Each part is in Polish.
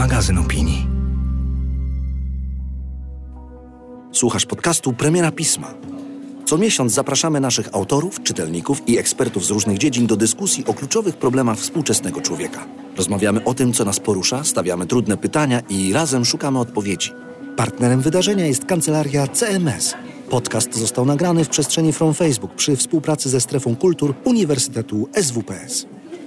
magazyn opinii. Słuchasz podcastu Premiera Pisma. Co miesiąc zapraszamy naszych autorów, czytelników i ekspertów z różnych dziedzin do dyskusji o kluczowych problemach współczesnego człowieka. Rozmawiamy o tym, co nas porusza, stawiamy trudne pytania i razem szukamy odpowiedzi. Partnerem wydarzenia jest kancelaria CMS. Podcast został nagrany w przestrzeni From Facebook przy współpracy ze Strefą Kultur Uniwersytetu SWPS.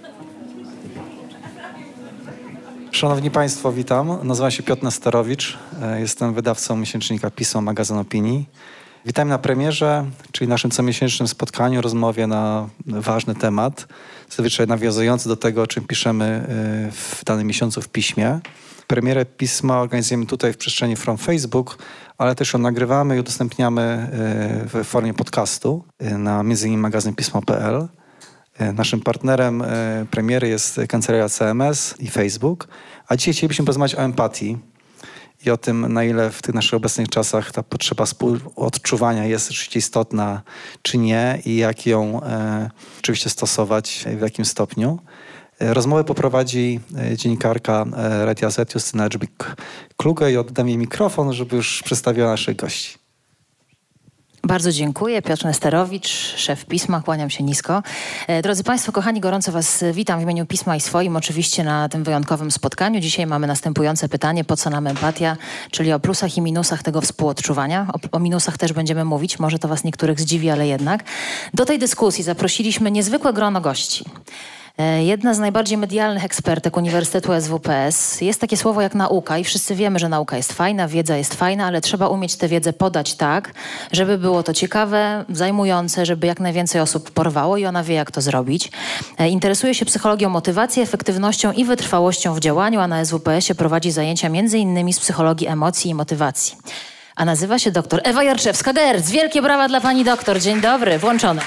Szanowni Państwo, witam. Nazywam się Piotr Nesterowicz. Jestem wydawcą miesięcznika Pismo, magazyn opinii. Witam na premierze, czyli naszym comiesięcznym spotkaniu, rozmowie na ważny temat, zazwyczaj nawiązujący do tego, o czym piszemy w danym miesiącu w piśmie. Premierę pisma organizujemy tutaj w przestrzeni From Facebook, ale też ją nagrywamy i udostępniamy w formie podcastu na m.in. magazyn pismo.pl. Naszym partnerem premiery jest kancelaria CMS i Facebook, a dzisiaj chcielibyśmy porozmawiać o empatii i o tym, na ile w tych naszych obecnych czasach ta potrzeba współodczuwania jest rzeczywiście istotna, czy nie i jak ją oczywiście stosować, w jakim stopniu. Rozmowę poprowadzi dziennikarka Radia Z Justyna Kluge i oddam jej mikrofon, żeby już przedstawiła naszych gości. Bardzo dziękuję. Piotr Nesterowicz, szef Pisma. Kłaniam się nisko. Drodzy Państwo, kochani, gorąco Was witam w imieniu Pisma i swoim oczywiście na tym wyjątkowym spotkaniu. Dzisiaj mamy następujące pytanie, po co nam empatia, czyli o plusach i minusach tego współodczuwania. O minusach też będziemy mówić, może to Was niektórych zdziwi, ale jednak. Do tej dyskusji zaprosiliśmy niezwykłe grono gości. Jedna z najbardziej medialnych ekspertek Uniwersytetu SWPS. Jest takie słowo jak nauka i wszyscy wiemy, że nauka jest fajna, wiedza jest fajna, ale trzeba umieć tę wiedzę podać tak, żeby było to ciekawe, zajmujące, żeby jak najwięcej osób porwało i ona wie, jak to zrobić. Interesuje się psychologią motywacji, efektywnością i wytrwałością w działaniu, a na SWPS-ie prowadzi zajęcia m.in. z psychologii emocji i motywacji. A nazywa się dr Ewa Jarczewska-Gerc. Wielkie brawa dla pani doktor. Dzień dobry, włączone.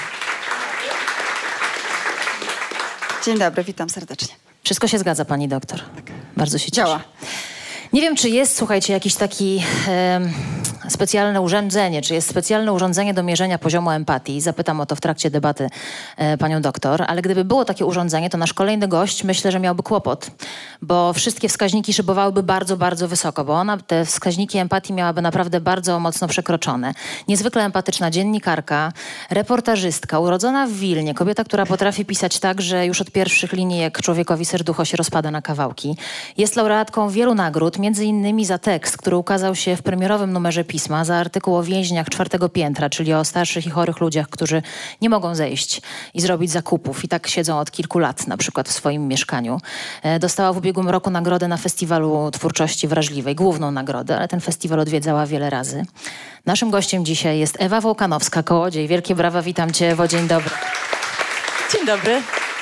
Dzień dobry, witam serdecznie. Wszystko się zgadza, pani doktor. Tak. Bardzo się cieszę. Działa. Nie wiem, czy jest, słuchajcie, jakiś taki specjalne urządzenie, czy jest specjalne urządzenie do mierzenia poziomu empatii. Zapytam o to w trakcie debaty panią doktor, ale gdyby było takie urządzenie, to nasz kolejny gość myślę, że miałby kłopot, bo wszystkie wskaźniki szybowałyby bardzo, bardzo wysoko, bo ona te wskaźniki empatii miałaby naprawdę bardzo mocno przekroczone. Niezwykle empatyczna dziennikarka, reportażystka, urodzona w Wilnie, kobieta, która potrafi pisać tak, że już od pierwszych linijek człowiekowi serducho się rozpada na kawałki. Jest laureatką wielu nagród, między innymi za tekst, który ukazał się w premierowym numerze Pisma, za artykuł o więźniach 4. piętra, czyli o starszych i chorych ludziach, którzy nie mogą zejść i zrobić zakupów i tak siedzą od kilku lat, na przykład w swoim mieszkaniu. Dostała w ubiegłym roku nagrodę na Festiwalu Twórczości Wrażliwej, główną nagrodę, ale ten festiwal odwiedzała wiele razy. Naszym gościem dzisiaj jest Ewa Wołkanowska-Kołodziej. Wielkie brawa, witam cię, Ewo, dzień dobry. Dzień dobry.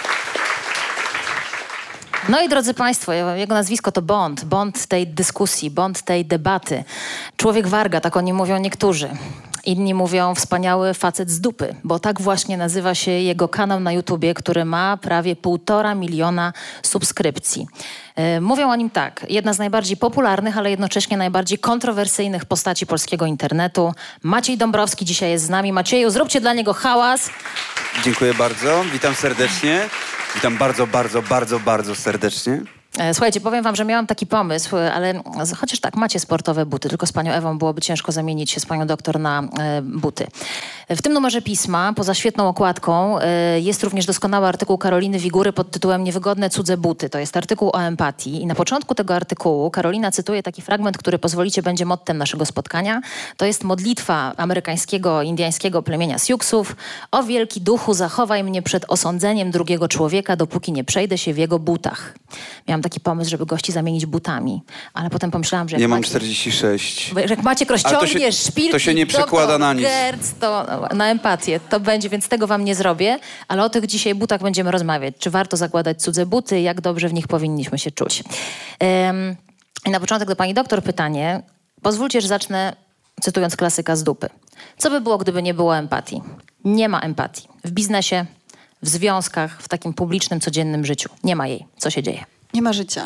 No i drodzy Państwo, jego nazwisko to Bond. Bond tej dyskusji, Bond tej debaty. Człowiek warga, tak o nim mówią niektórzy. Inni mówią wspaniały facet z dupy, bo tak właśnie nazywa się jego kanał na YouTubie, który ma prawie 1,5 miliona subskrypcji. Mówią o nim tak, jedna z najbardziej popularnych, ale jednocześnie najbardziej kontrowersyjnych postaci polskiego internetu. Maciej Dąbrowski dzisiaj jest z nami. Macieju, zróbcie dla niego hałas. Dziękuję bardzo, witam serdecznie. Witam bardzo, bardzo, bardzo, bardzo serdecznie. Słuchajcie, powiem wam, że miałam taki pomysł, ale chociaż tak, macie sportowe buty, tylko z panią Ewą byłoby ciężko zamienić się z panią doktor na buty. W tym numerze Pisma, poza świetną okładką, jest również doskonały artykuł Karoliny Wigury pod tytułem Niewygodne cudze buty. To jest artykuł o empatii i na początku tego artykułu Karolina cytuje taki fragment, który pozwolicie będzie mottem naszego spotkania. To jest modlitwa amerykańskiego, indyjskiego plemienia Siuksów. O wielki duchu, zachowaj mnie przed osądzeniem drugiego człowieka, dopóki nie przejdę się w jego butach. Miałam taki pomysł, żeby gości zamienić butami, ale potem pomyślałam, że jak Ja mam Maciek, 46. jak Maciek rozciągnie szpilki, to się nie przekłada na nic. Gerc, to na empatię to będzie, więc tego wam nie zrobię, ale o tych dzisiaj butach będziemy rozmawiać. Czy warto zakładać cudze buty, jak dobrze w nich powinniśmy się czuć. I na początek do pani doktor pytanie. Pozwólcie, że zacznę cytując klasyka z dupy. Co by było, gdyby nie było empatii? Nie ma empatii. W biznesie, w związkach, w takim publicznym, codziennym życiu. Nie ma jej. Co się dzieje? Nie ma życia.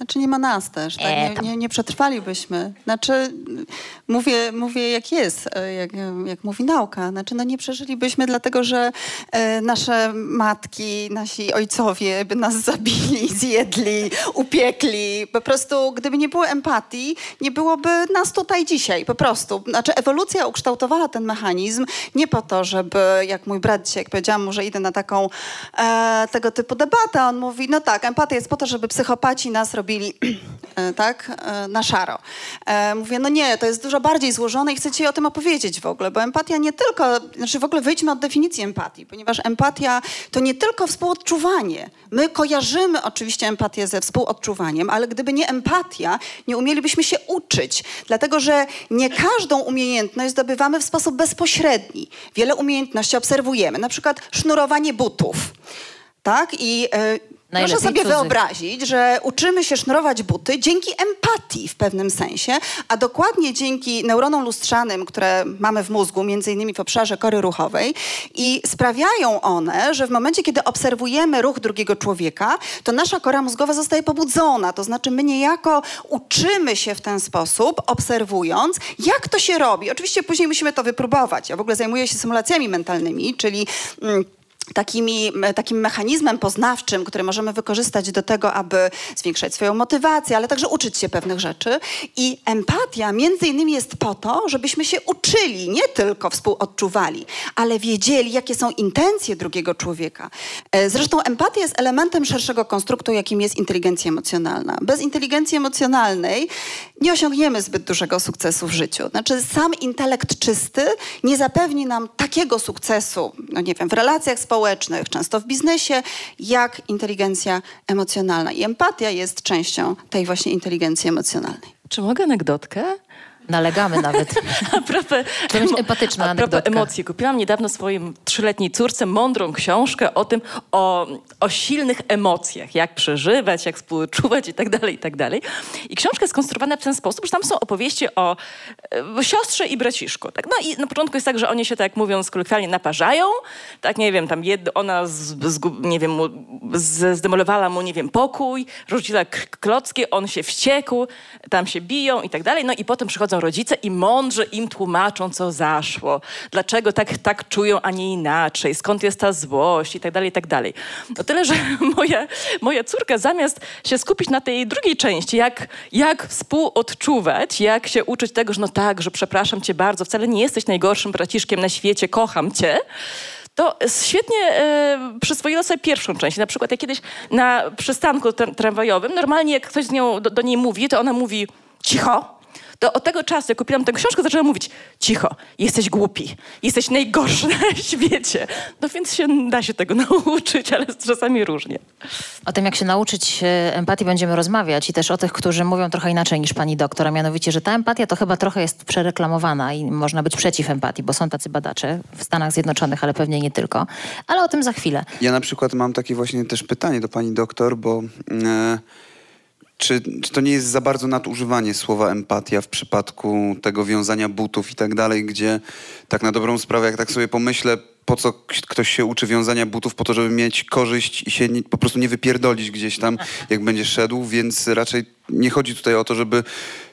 Znaczy nie ma nas też, tak? Nie przetrwalibyśmy. Znaczy mówię jak jest, jak mówi nauka. Znaczy nie przeżylibyśmy dlatego, że nasze matki, nasi ojcowie by nas zabili, zjedli, upiekli. Po prostu gdyby nie było empatii, nie byłoby nas tutaj dzisiaj. Po prostu. Znaczy ewolucja ukształtowała ten mechanizm nie po to, żeby, jak mój brat dzisiaj, jak powiedziałam mu, że idę na taką tego typu debatę, on mówi, no tak, empatia jest po to, żeby psychopaci nas robili na szaro. Mówię, no nie, to jest dużo bardziej złożone i chcę ci o tym opowiedzieć w ogóle, bo empatia nie tylko, znaczy w ogóle wyjdźmy od definicji empatii, ponieważ empatia to nie tylko współodczuwanie. My kojarzymy oczywiście empatię ze współodczuwaniem, ale gdyby nie empatia, nie umielibyśmy się uczyć, dlatego że nie każdą umiejętność zdobywamy w sposób bezpośredni. Wiele umiejętności obserwujemy, na przykład sznurowanie butów. Tak? I proszę sobie wyobrazić, że uczymy się sznurować buty dzięki empatii w pewnym sensie, a dokładnie dzięki neuronom lustrzanym, które mamy w mózgu, między innymi w obszarze kory ruchowej, i sprawiają one, że w momencie, kiedy obserwujemy ruch drugiego człowieka, to nasza kora mózgowa zostaje pobudzona. To znaczy my niejako uczymy się w ten sposób, obserwując, jak to się robi. Oczywiście później musimy to wypróbować. Ja w ogóle zajmuję się symulacjami mentalnymi, czyli takim mechanizmem poznawczym, który możemy wykorzystać do tego, aby zwiększać swoją motywację, ale także uczyć się pewnych rzeczy. I empatia między innymi jest po to, żebyśmy się uczyli, nie tylko współodczuwali, ale wiedzieli, jakie są intencje drugiego człowieka. Zresztą empatia jest elementem szerszego konstruktu, jakim jest inteligencja emocjonalna. Bez inteligencji emocjonalnej nie osiągniemy zbyt dużego sukcesu w życiu. Znaczy sam intelekt czysty nie zapewni nam takiego sukcesu, no nie wiem, w relacjach społecznych, często w biznesie, jak inteligencja emocjonalna. I empatia jest częścią tej właśnie inteligencji emocjonalnej. Czy mogę anegdotkę? Nalegamy nawet. A propos empatyczna anegdotka. Emocji. Kupiłam niedawno swojej 3-letniej córce mądrą książkę o tym, o silnych emocjach, jak przeżywać, jak współczuwać i tak dalej, i tak dalej. I książka jest skonstruowana w ten sposób, że tam są opowieści o siostrze i braciszku. Tak? No i na początku jest tak, że oni się, tak mówiąc kolokwialnie, naparzają. Tak, nie wiem, tam ona zdemolowała mu, nie wiem, pokój, rzuciła klocki, on się wściekł, tam się biją i tak dalej. No i potem przychodzą rodzice i mądrze im tłumaczą, co zaszło, dlaczego tak czują, a nie inaczej, skąd jest ta złość i tak dalej, i tak dalej. No tyle, że moja córka zamiast się skupić na tej drugiej części, jak współodczuwać, jak się uczyć tego, że no tak, że przepraszam cię bardzo, wcale nie jesteś najgorszym braciszkiem na świecie, kocham cię, to świetnie przyswoiła sobie pierwszą część. Na przykład jak kiedyś na przystanku tramwajowym, normalnie jak ktoś do niej mówi, to ona mówi cicho. To od tego czasu, jak kupiłam tę książkę, zaczęłam mówić cicho, jesteś głupi, jesteś najgorszy na świecie. No więc da się tego nauczyć, ale czasami różnie. O tym, jak się nauczyć empatii, będziemy rozmawiać i też o tych, którzy mówią trochę inaczej niż pani doktor, a mianowicie, że ta empatia to chyba trochę jest przereklamowana i można być przeciw empatii, bo są tacy badacze w Stanach Zjednoczonych, ale pewnie nie tylko. Ale o tym za chwilę. Ja na przykład mam takie właśnie też pytanie do pani doktor, bo... Czy to nie jest za bardzo nadużywanie słowa empatia w przypadku tego wiązania butów i tak dalej, gdzie tak na dobrą sprawę, jak tak sobie pomyślę, po co ktoś się uczy wiązania butów? Po to, żeby mieć korzyść i się po prostu nie wypierdolić gdzieś tam, jak będzie szedł, więc raczej nie chodzi tutaj o to, żeby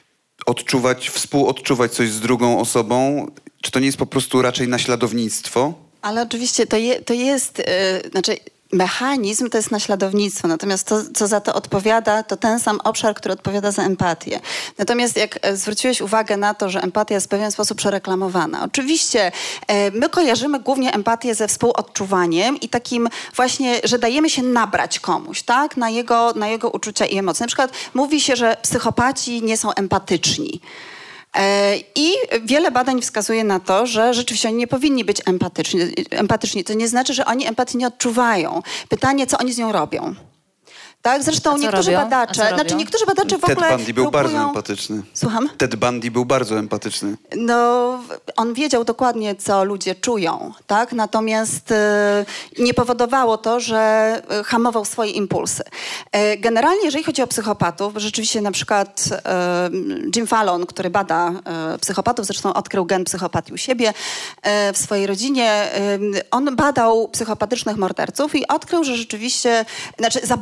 współodczuwać coś z drugą osobą. Czy to nie jest po prostu raczej naśladownictwo? Ale oczywiście to jest, mechanizm to jest naśladownictwo, natomiast to, co za to odpowiada, to ten sam obszar, który odpowiada za empatię. Natomiast jak zwróciłeś uwagę na to, że empatia jest w pewien sposób przereklamowana. Oczywiście my kojarzymy głównie empatię ze współodczuwaniem i takim właśnie, że dajemy się nabrać komuś, tak? Na jego uczucia i emocje. Na przykład mówi się, że psychopaci nie są empatyczni. I wiele badań wskazuje na to, że rzeczywiście oni nie powinni być empatyczni. To nie znaczy, że oni empatii nie odczuwają. Pytanie, co oni z nią robią. Tak, zresztą niektórzy badacze w ogóle Ted Bundy był bardzo empatyczny. Słucham? Ted Bundy był bardzo empatyczny. No, on wiedział dokładnie, co ludzie czują, tak? Natomiast nie powodowało to, że hamował swoje impulsy. Generalnie, jeżeli chodzi o psychopatów, rzeczywiście na przykład Jim Fallon, który bada psychopatów, zresztą odkrył gen psychopatii u siebie w swojej rodzinie, on badał psychopatycznych morderców i odkrył, że rzeczywiście, zabójców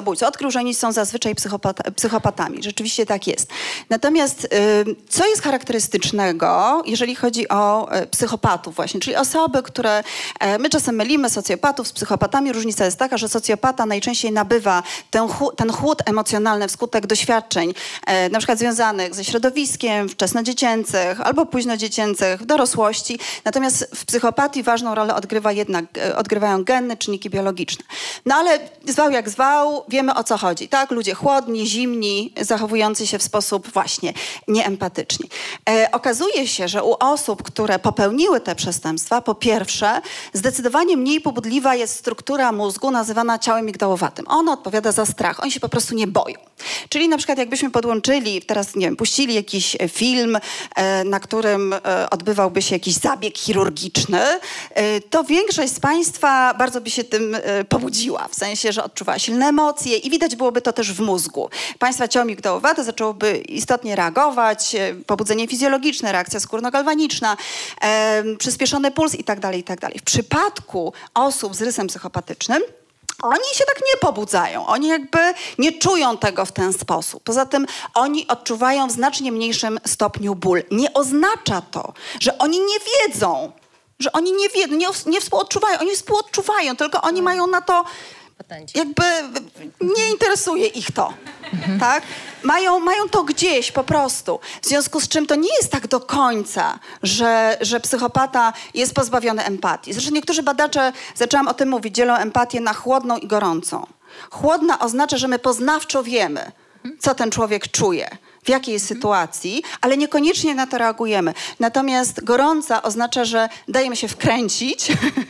zabójców. Odkrył, że oni są zazwyczaj psychopatami. Rzeczywiście tak jest. Natomiast co jest charakterystycznego, jeżeli chodzi o psychopatów właśnie, czyli osoby, które my czasem mylimy socjopatów z psychopatami. Różnica jest taka, że socjopata najczęściej nabywa ten chłód emocjonalny wskutek doświadczeń na przykład związanych ze środowiskiem, wczesnodziecięcych albo późnodziecięcych, w dorosłości. Natomiast w psychopatii ważną rolę odgrywają geny, czynniki biologiczne. No ale zwał jak zwał, wiemy o co chodzi, tak? Ludzie chłodni, zimni, zachowujący się w sposób właśnie nieempatyczny. Okazuje się, że u osób, które popełniły te przestępstwa, po pierwsze, zdecydowanie mniej pobudliwa jest struktura mózgu nazywana ciałem migdałowatym. Ono odpowiada za strach. Oni się po prostu nie boją. Czyli na przykład jakbyśmy podłączyli, teraz nie wiem, puścili jakiś film, na którym odbywałby się jakiś zabieg chirurgiczny, to większość z Państwa bardzo by się tym pobudziła. W sensie, że odczuwała silne emocje i widać byłoby to też w mózgu. Państwa ciało migdałowate zaczęłoby istotnie reagować, pobudzenie fizjologiczne, reakcja skórno-galwaniczna, przyspieszony puls i tak dalej, i tak dalej. W przypadku osób z rysem psychopatycznym oni się tak nie pobudzają. Oni jakby nie czują tego w ten sposób. Poza tym oni odczuwają w znacznie mniejszym stopniu ból. Nie oznacza to, że oni nie wiedzą, że oni nie wiedzą, nie współodczuwają. Oni współodczuwają, tylko oni mają na to jakby nie interesuje ich to, tak? Mają to gdzieś po prostu. W związku z czym to nie jest tak do końca, że psychopata jest pozbawiony empatii. Zresztą niektórzy badacze, zaczęłam o tym mówić, dzielą empatię na chłodną i gorącą. Chłodna oznacza, że my poznawczo wiemy, co ten człowiek czuje, w jakiej sytuacji, ale niekoniecznie na to reagujemy. Natomiast gorąca oznacza, że dajemy się wkręcić,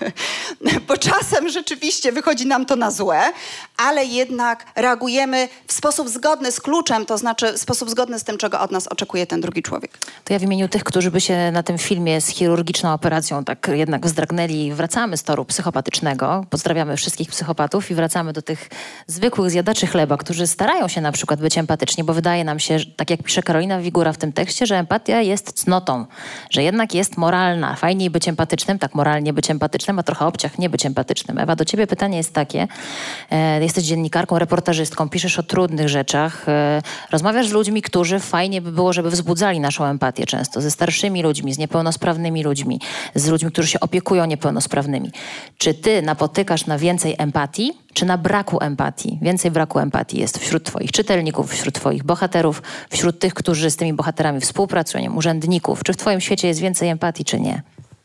bo czasem rzeczywiście wychodzi nam to na złe, ale jednak reagujemy w sposób zgodny z kluczem, to znaczy w sposób zgodny z tym, czego od nas oczekuje ten drugi człowiek. To ja w imieniu tych, którzy by się na tym filmie z chirurgiczną operacją tak jednak wzdragnęli, wracamy z toru psychopatycznego. Pozdrawiamy wszystkich psychopatów i wracamy do tych zwykłych zjadaczy chleba, którzy starają się na przykład być empatyczni, bo wydaje nam się, tak jak pisze Karolina Wigura w tym tekście, że empatia jest cnotą, że jednak jest moralna. Fajniej być empatycznym, tak moralnie być empatycznym, a trochę obciach nie być empatycznym. Ewa, do ciebie pytanie jest takie. Jesteś dziennikarką, reportażystką, piszesz o trudnych rzeczach, rozmawiasz z ludźmi, którzy fajnie by było, żeby wzbudzali naszą empatię często, ze starszymi ludźmi, z niepełnosprawnymi ludźmi, z ludźmi, którzy się opiekują niepełnosprawnymi. Czy ty napotykasz na więcej empatii, czy na braku empatii? Więcej braku empatii jest wśród twoich czytelników, wśród twoich bohaterów, wśród tych, którzy z tymi bohaterami współpracują, urzędników. Czy w twoim świecie jest więcej empatii, czy nie?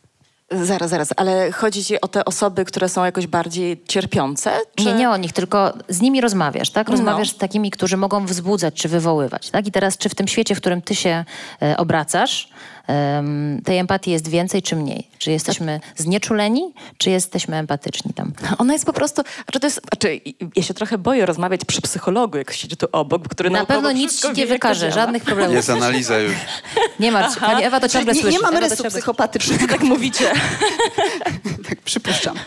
Zaraz, ale chodzi ci o te osoby, które są jakoś bardziej cierpiące? Czy... Nie o nich, tylko z nimi rozmawiasz, tak? Rozmawiasz z takimi, którzy mogą wzbudzać czy wywoływać, tak? I teraz, czy w tym świecie, w którym ty się obracasz, tej empatii jest więcej czy mniej? Czy jesteśmy znieczuleni, czy jesteśmy empatyczni tam? Ona jest po prostu... ja się trochę boję rozmawiać przy psychologu, jak siedzi tu obok, który na pewno nic ci nie wykaże, żadnych problemów. Jest analiza już. Nie martw się, pani Ewa to ciągle słyszy. Nie mamy rysu psychopatycznego. Tak mówicie. Tak, przypuszczam.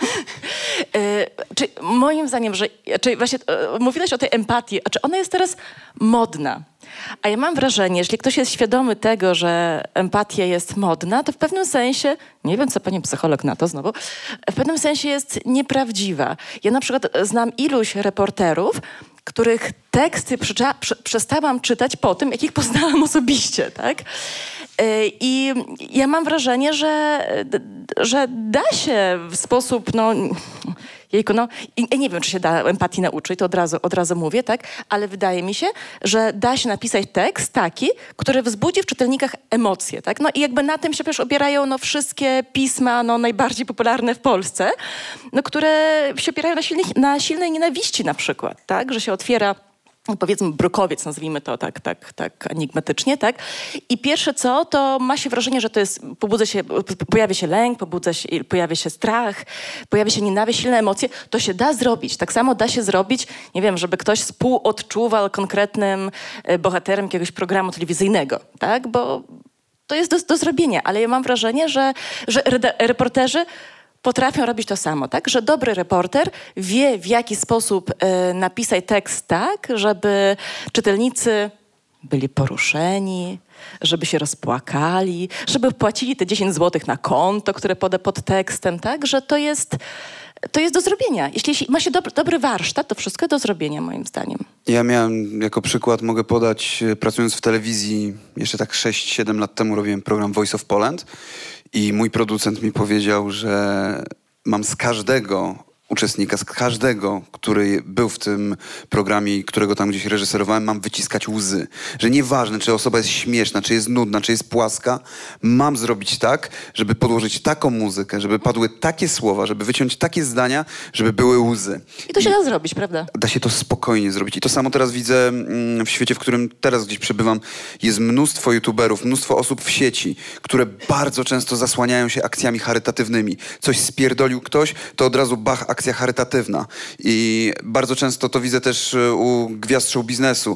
Moim zdaniem, właśnie mówiłaś o tej empatii, czy ona jest teraz modna? A ja mam wrażenie, jeśli ktoś jest świadomy tego, że empatia jest modna, to w pewnym sensie, nie wiem co pani psycholog na to znowu, w pewnym sensie jest nieprawdziwa. Ja na przykład znam iluś reporterów, których teksty przestałam czytać po tym, jak ich poznałam osobiście, tak? I ja mam wrażenie, że da się w sposób, nie wiem, czy się da empatii nauczyć, to od razu mówię, tak? Ale wydaje mi się, że da się napisać tekst taki, który wzbudzi w czytelnikach emocje, tak? No i jakby na tym się też opierają wszystkie pisma najbardziej popularne w Polsce, które się opierają na silnej nienawiści na przykład, tak? Że się otwiera, powiedzmy, brukowiec, nazwijmy to tak enigmatycznie, tak? I pierwsze co, to ma się wrażenie, że to jest, pojawia się lęk, pojawia się strach, pojawia się nienawiść, silne emocje. To się da zrobić. Tak samo da się zrobić, nie wiem, żeby ktoś współodczuwał konkretnym bohaterem jakiegoś programu telewizyjnego, tak? Bo to jest do zrobienia. Ale ja mam wrażenie, że reporterzy potrafią robić to samo, tak? Że dobry reporter wie, w jaki sposób napisać tekst tak, żeby czytelnicy byli poruszeni, żeby się rozpłakali, żeby wpłacili te 10 zł na konto, które poda pod tekstem, tak? Że to jest to jest do zrobienia. Jeśli ma się dobry warsztat, to wszystko do zrobienia, moim zdaniem. Ja miałem, jako przykład mogę podać, pracując w telewizji, jeszcze tak 6-7 lat temu robiłem program Voice of Poland i mój producent mi powiedział, że mam z każdego uczestnika, z każdego, który był w tym programie i którego tam gdzieś reżyserowałem, mam wyciskać łzy. Że nieważne, czy osoba jest śmieszna, czy jest nudna, czy jest płaska, mam zrobić tak, żeby podłożyć taką muzykę, żeby padły takie słowa, żeby wyciąć takie zdania, żeby były łzy. I to się da zrobić, prawda? Da się to spokojnie zrobić. I to samo teraz widzę w świecie, w którym teraz gdzieś przebywam. Jest mnóstwo youtuberów, mnóstwo osób w sieci, które bardzo często zasłaniają się akcjami charytatywnymi. Coś spierdolił ktoś, to od razu bach, akcja charytatywna. I bardzo często to widzę też u gwiazd show biznesu.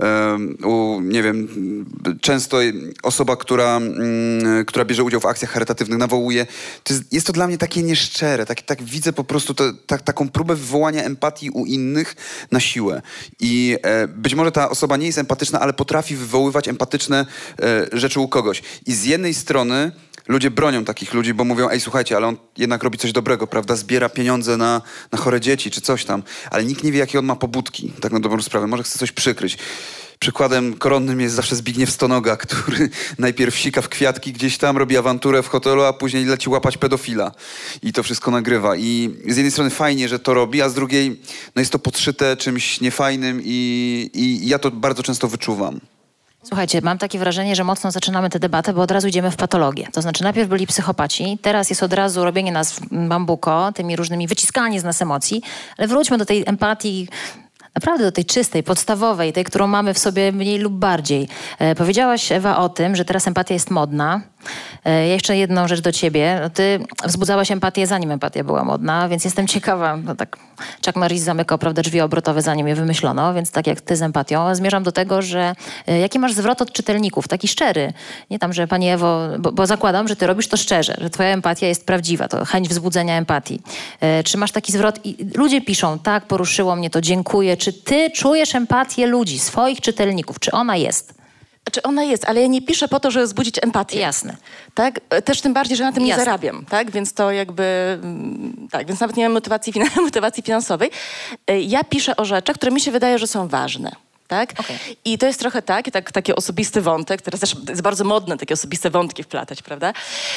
Nie wiem, często osoba, która bierze udział w akcjach charytatywnych, nawołuje. Jest to dla mnie takie nieszczere. Tak widzę po prostu taką próbę wywołania empatii u innych na siłę. I być może ta osoba nie jest empatyczna, ale potrafi wywoływać empatyczne rzeczy u kogoś. I z jednej strony ludzie bronią takich ludzi, bo mówią, ej, słuchajcie, ale on jednak robi coś dobrego, prawda? Zbiera pieniądze na chore dzieci czy coś tam. Ale nikt nie wie, jakie on ma pobudki, tak na dobrą sprawę. Może chce coś przykryć. Przykładem koronnym jest zawsze Zbigniew Stonoga, który najpierw sika w kwiatki gdzieś tam, robi awanturę w hotelu, a później leci łapać pedofila. I to wszystko nagrywa. I z jednej strony fajnie, że to robi, a z drugiej no jest to podszyte czymś niefajnym i ja to bardzo często wyczuwam. Słuchajcie, mam takie wrażenie, że mocno zaczynamy tę debatę, bo od razu idziemy w patologię. To znaczy najpierw byli psychopaci, teraz jest od razu robienie nas bambuko, tymi różnymi wyciskanie z nas emocji, ale wróćmy do tej empatii, naprawdę do tej czystej, podstawowej, tej, którą mamy w sobie mniej lub bardziej. Powiedziałaś, Ewa, o tym, że teraz empatia jest modna. Jeszcze jedną rzecz do ciebie. Ty wzbudzałaś empatię, zanim empatia była modna, więc jestem ciekawa, no tak Chuck Norris zamykał, prawda, drzwi obrotowe, zanim je wymyślono, więc tak jak ty z empatią, zmierzam do tego, że jaki masz zwrot od czytelników, taki szczery. Nie tam, że pani Ewo, bo zakładam, że ty robisz to szczerze, że twoja empatia jest prawdziwa, to chęć wzbudzenia empatii. Czy masz taki zwrot i ludzie piszą, tak, poruszyło mnie to, dziękuję. Czy ty czujesz empatię ludzi, swoich czytelników? Czy ona jest? Czy ona jest, ale ja nie piszę po to, żeby wzbudzić empatię. Jasne. Tak? Też tym bardziej, że na tym nie Jasne. zarabiam. Tak? Więc to jakby... Tak, więc nawet nie mam motywacji finansowej. Ja piszę o rzeczach, które mi się wydaje, że są ważne. Tak? Okay. I to jest trochę taki osobisty wątek, teraz też jest bardzo modne takie osobiste wątki wplatać, prawda?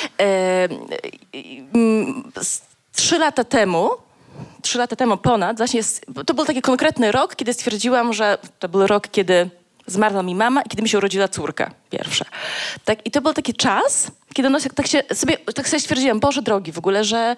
3 lata temu ponad, właśnie to był taki konkretny rok, kiedy stwierdziłam, że to był rok, kiedy zmarła mi mama i kiedy mi się urodziła córka pierwsza. Tak? I to był taki czas, kiedy tak sobie stwierdziłam, Boże drogi w ogóle, że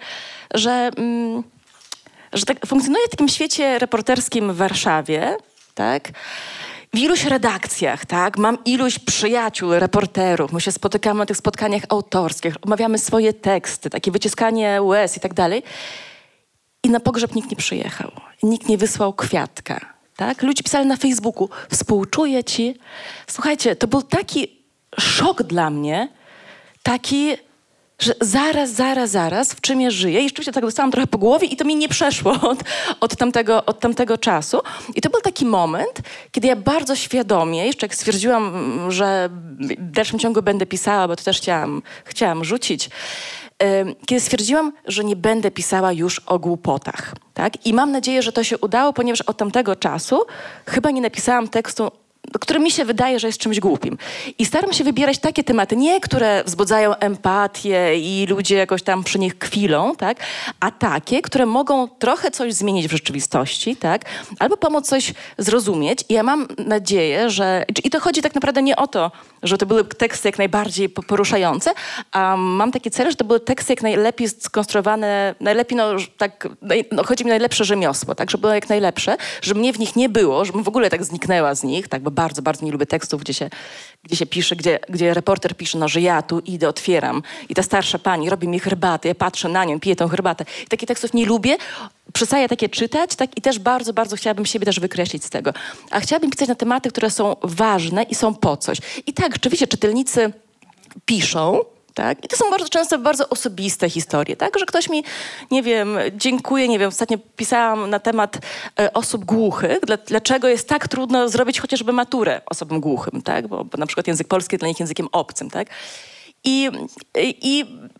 tak funkcjonuję w takim świecie reporterskim w Warszawie, tak? W iluś redakcjach, tak? Mam iluś przyjaciół, reporterów, my się spotykamy na tych spotkaniach autorskich, omawiamy swoje teksty, takie wyciskanie łez i tak dalej. I na pogrzeb nikt nie przyjechał. Nikt nie wysłał kwiatka. Tak? Ludzie pisali na Facebooku, współczuję ci. Słuchajcie, to był taki szok dla mnie, taki, że zaraz, w czym ja żyję. I rzeczywiście tak dostałam trochę po głowie i to mi nie przeszło od tamtego czasu. I to był taki moment, kiedy ja bardzo świadomie, jeszcze jak stwierdziłam, że w dalszym ciągu będę pisała, bo to też chciałam rzucić, kiedy stwierdziłam, że nie będę pisała już o głupotach. Tak? I mam nadzieję, że to się udało, ponieważ od tamtego czasu chyba nie napisałam tekstu, który mi się wydaje, że jest czymś głupim. I staram się wybierać takie tematy, nie które wzbudzają empatię i ludzie jakoś tam przy nich kwilą, tak? A takie, które mogą trochę coś zmienić w rzeczywistości, tak? Albo pomóc coś zrozumieć. I ja mam nadzieję, że... I to chodzi tak naprawdę nie o to, że to były teksty jak najbardziej poruszające, a mam taki cel, że to były teksty jak najlepiej skonstruowane, najlepiej, chodzi mi o najlepsze rzemiosło, tak? Żeby było jak najlepsze, żeby mnie w nich nie było, żebym w ogóle tak zniknęła z nich, tak? Bo bardzo, bardzo nie lubię tekstów, gdzie się pisze, gdzie reporter pisze, że ja tu idę, otwieram i ta starsza pani robi mi herbatę, ja patrzę na nią, piję tą herbatę. I takich tekstów nie lubię, przestaję takie czytać, tak? I też bardzo, bardzo chciałabym siebie też wykreślić z tego. A chciałabym pisać na tematy, które są ważne i są po coś. I tak, rzeczywiście czytelnicy piszą, tak? I to są bardzo często bardzo osobiste historie, tak? Że ktoś mi, nie wiem, dziękuję, nie wiem, ostatnio pisałam na temat osób głuchych, dlaczego jest tak trudno zrobić chociażby maturę osobom głuchym, tak? Bo na przykład język polski jest dla nich językiem obcym, tak? I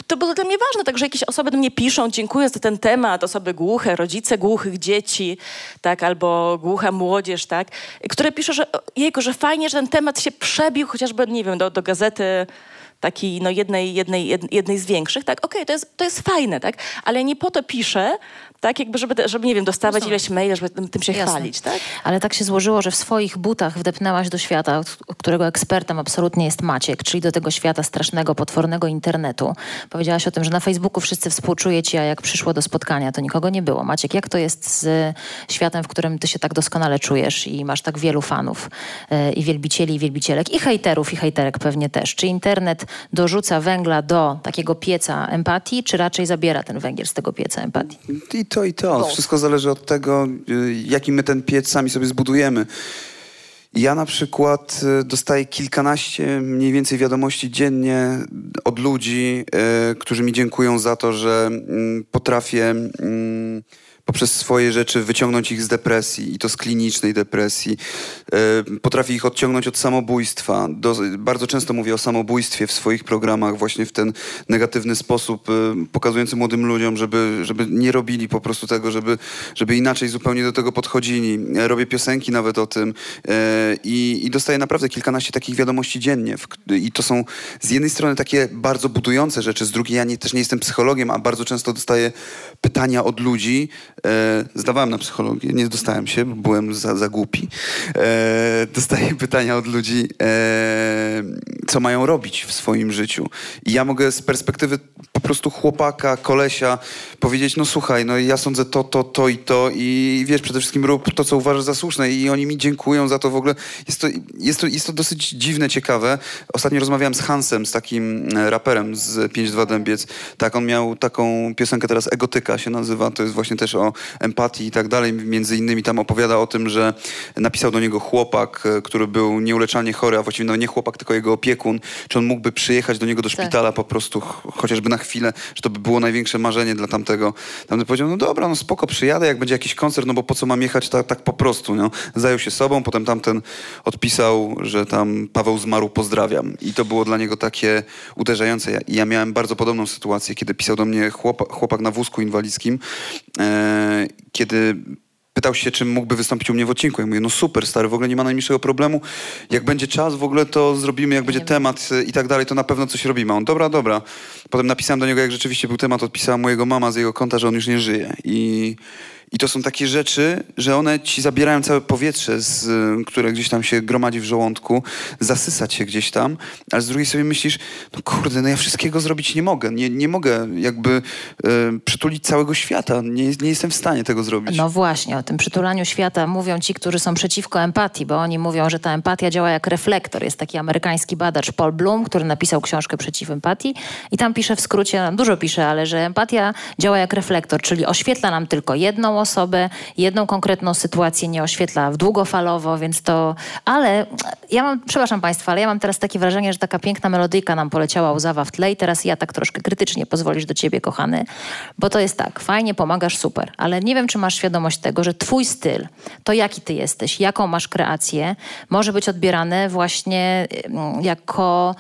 to było dla mnie ważne, także jakieś osoby do mnie piszą, dziękując za ten temat, osoby głuche, rodzice głuchych dzieci, tak, albo głucha młodzież, tak, które piszą, że jejku, że fajnie, że ten temat się przebił chociażby, nie wiem, do gazety takiej, no jednej z większych, tak, okej, to jest fajne, tak, ale nie po to piszę, tak, jakby, żeby nie wiem, dostawać ileś maili, żeby tym się chwalić, tak? Ale tak się złożyło, że w swoich butach wdepnęłaś do świata, którego ekspertem absolutnie jest Maciek, czyli do tego świata strasznego, potwornego internetu. Powiedziałaś o tym, że na Facebooku wszyscy współczują ci, a jak przyszło do spotkania, to nikogo nie było. Maciek, jak to jest z światem, w którym ty się tak doskonale czujesz i masz tak wielu fanów i wielbicieli, i wielbicielek, i hejterów, i hejterek pewnie też. Czy internet dorzuca węgla do takiego pieca empatii, czy raczej zabiera ten węgiel z tego pieca empatii? I to. Wszystko zależy od tego, jaki my ten piec sami sobie zbudujemy. Ja na przykład dostaję kilkanaście mniej więcej wiadomości dziennie od ludzi, którzy mi dziękują za to, że potrafię poprzez swoje rzeczy wyciągnąć ich z depresji i to z klinicznej depresji. Potrafię ich odciągnąć od samobójstwa. Bardzo często mówię o samobójstwie w swoich programach właśnie w ten negatywny sposób, pokazujący młodym ludziom, żeby nie robili po prostu tego, żeby inaczej zupełnie do tego podchodzili. Robię piosenki nawet o tym i dostaję naprawdę kilkanaście takich wiadomości dziennie. I to są z jednej strony takie bardzo budujące rzeczy, z drugiej ja też nie jestem psychologiem, a bardzo często dostaję pytania od ludzi. Zdawałem na psychologię, nie dostałem się, bo byłem za głupi. Dostaję pytania od ludzi, co mają robić w swoim życiu. I ja mogę z perspektywy po prostu chłopaka, kolesia powiedzieć, no słuchaj, no ja sądzę to i to i wiesz, przede wszystkim rób to, co uważasz za słuszne i oni mi dziękują za to w ogóle. Jest to dosyć dziwne, ciekawe. Ostatnio rozmawiałem z Hansem, z takim raperem z 5-2 Dębiec. Tak, on miał taką piosenkę teraz, Egotyka się nazywa, to jest właśnie też o empatii i tak dalej. Między innymi tam opowiada o tym, że napisał do niego chłopak, który był nieuleczalnie chory, a właściwie no nie chłopak, tylko jego opiekun, czy on mógłby przyjechać do niego do szpitala po prostu chociażby na chwilę, że to by było największe marzenie dla tamtego. Tamten powiedział, no dobra, no spoko, przyjadę, jak będzie jakiś koncert, no bo po co mam jechać tak po prostu, no. Zajął się sobą, potem tamten odpisał, że tam Paweł zmarł, pozdrawiam. I to było dla niego takie uderzające. Ja miałem bardzo podobną sytuację, kiedy pisał do mnie chłopak na wózku inwalidzkim, kiedy pytał się, czy mógłby wystąpić u mnie w odcinku. Ja mówię, no super, stary, w ogóle nie ma najmniejszego problemu. Jak będzie czas, w ogóle to zrobimy, jak będzie temat i tak dalej, to na pewno coś robimy. A on, dobra. Potem napisałem do niego, jak rzeczywiście był temat, odpisała mojego mama z jego konta, że on już nie żyje. I to są takie rzeczy, że one ci zabierają całe powietrze, które gdzieś tam się gromadzi w żołądku, zasysać się gdzieś tam, ale z drugiej sobie myślisz, no kurde, no ja wszystkiego zrobić nie mogę. Nie mogę jakby przytulić całego świata. Nie jestem w stanie tego zrobić. No właśnie, o tym przytulaniu świata mówią ci, którzy są przeciwko empatii, bo oni mówią, że ta empatia działa jak reflektor. Jest taki amerykański badacz Paul Bloom, który napisał książkę Przeciw empatii i tam pisze w skrócie, dużo pisze, ale że empatia działa jak reflektor, czyli oświetla nam tylko jedną osobę, jedną konkretną sytuację, nie oświetla długofalowo, więc to... Ale przepraszam Państwa, ale ja mam teraz takie wrażenie, że taka piękna melodyjka nam poleciała łzawa w tle i teraz ja tak troszkę krytycznie pozwolisz do ciebie, kochany, bo to jest tak, fajnie, pomagasz, super, ale nie wiem, czy masz świadomość tego, że twój styl, to jaki ty jesteś, jaką masz kreację, może być odbierane właśnie jako...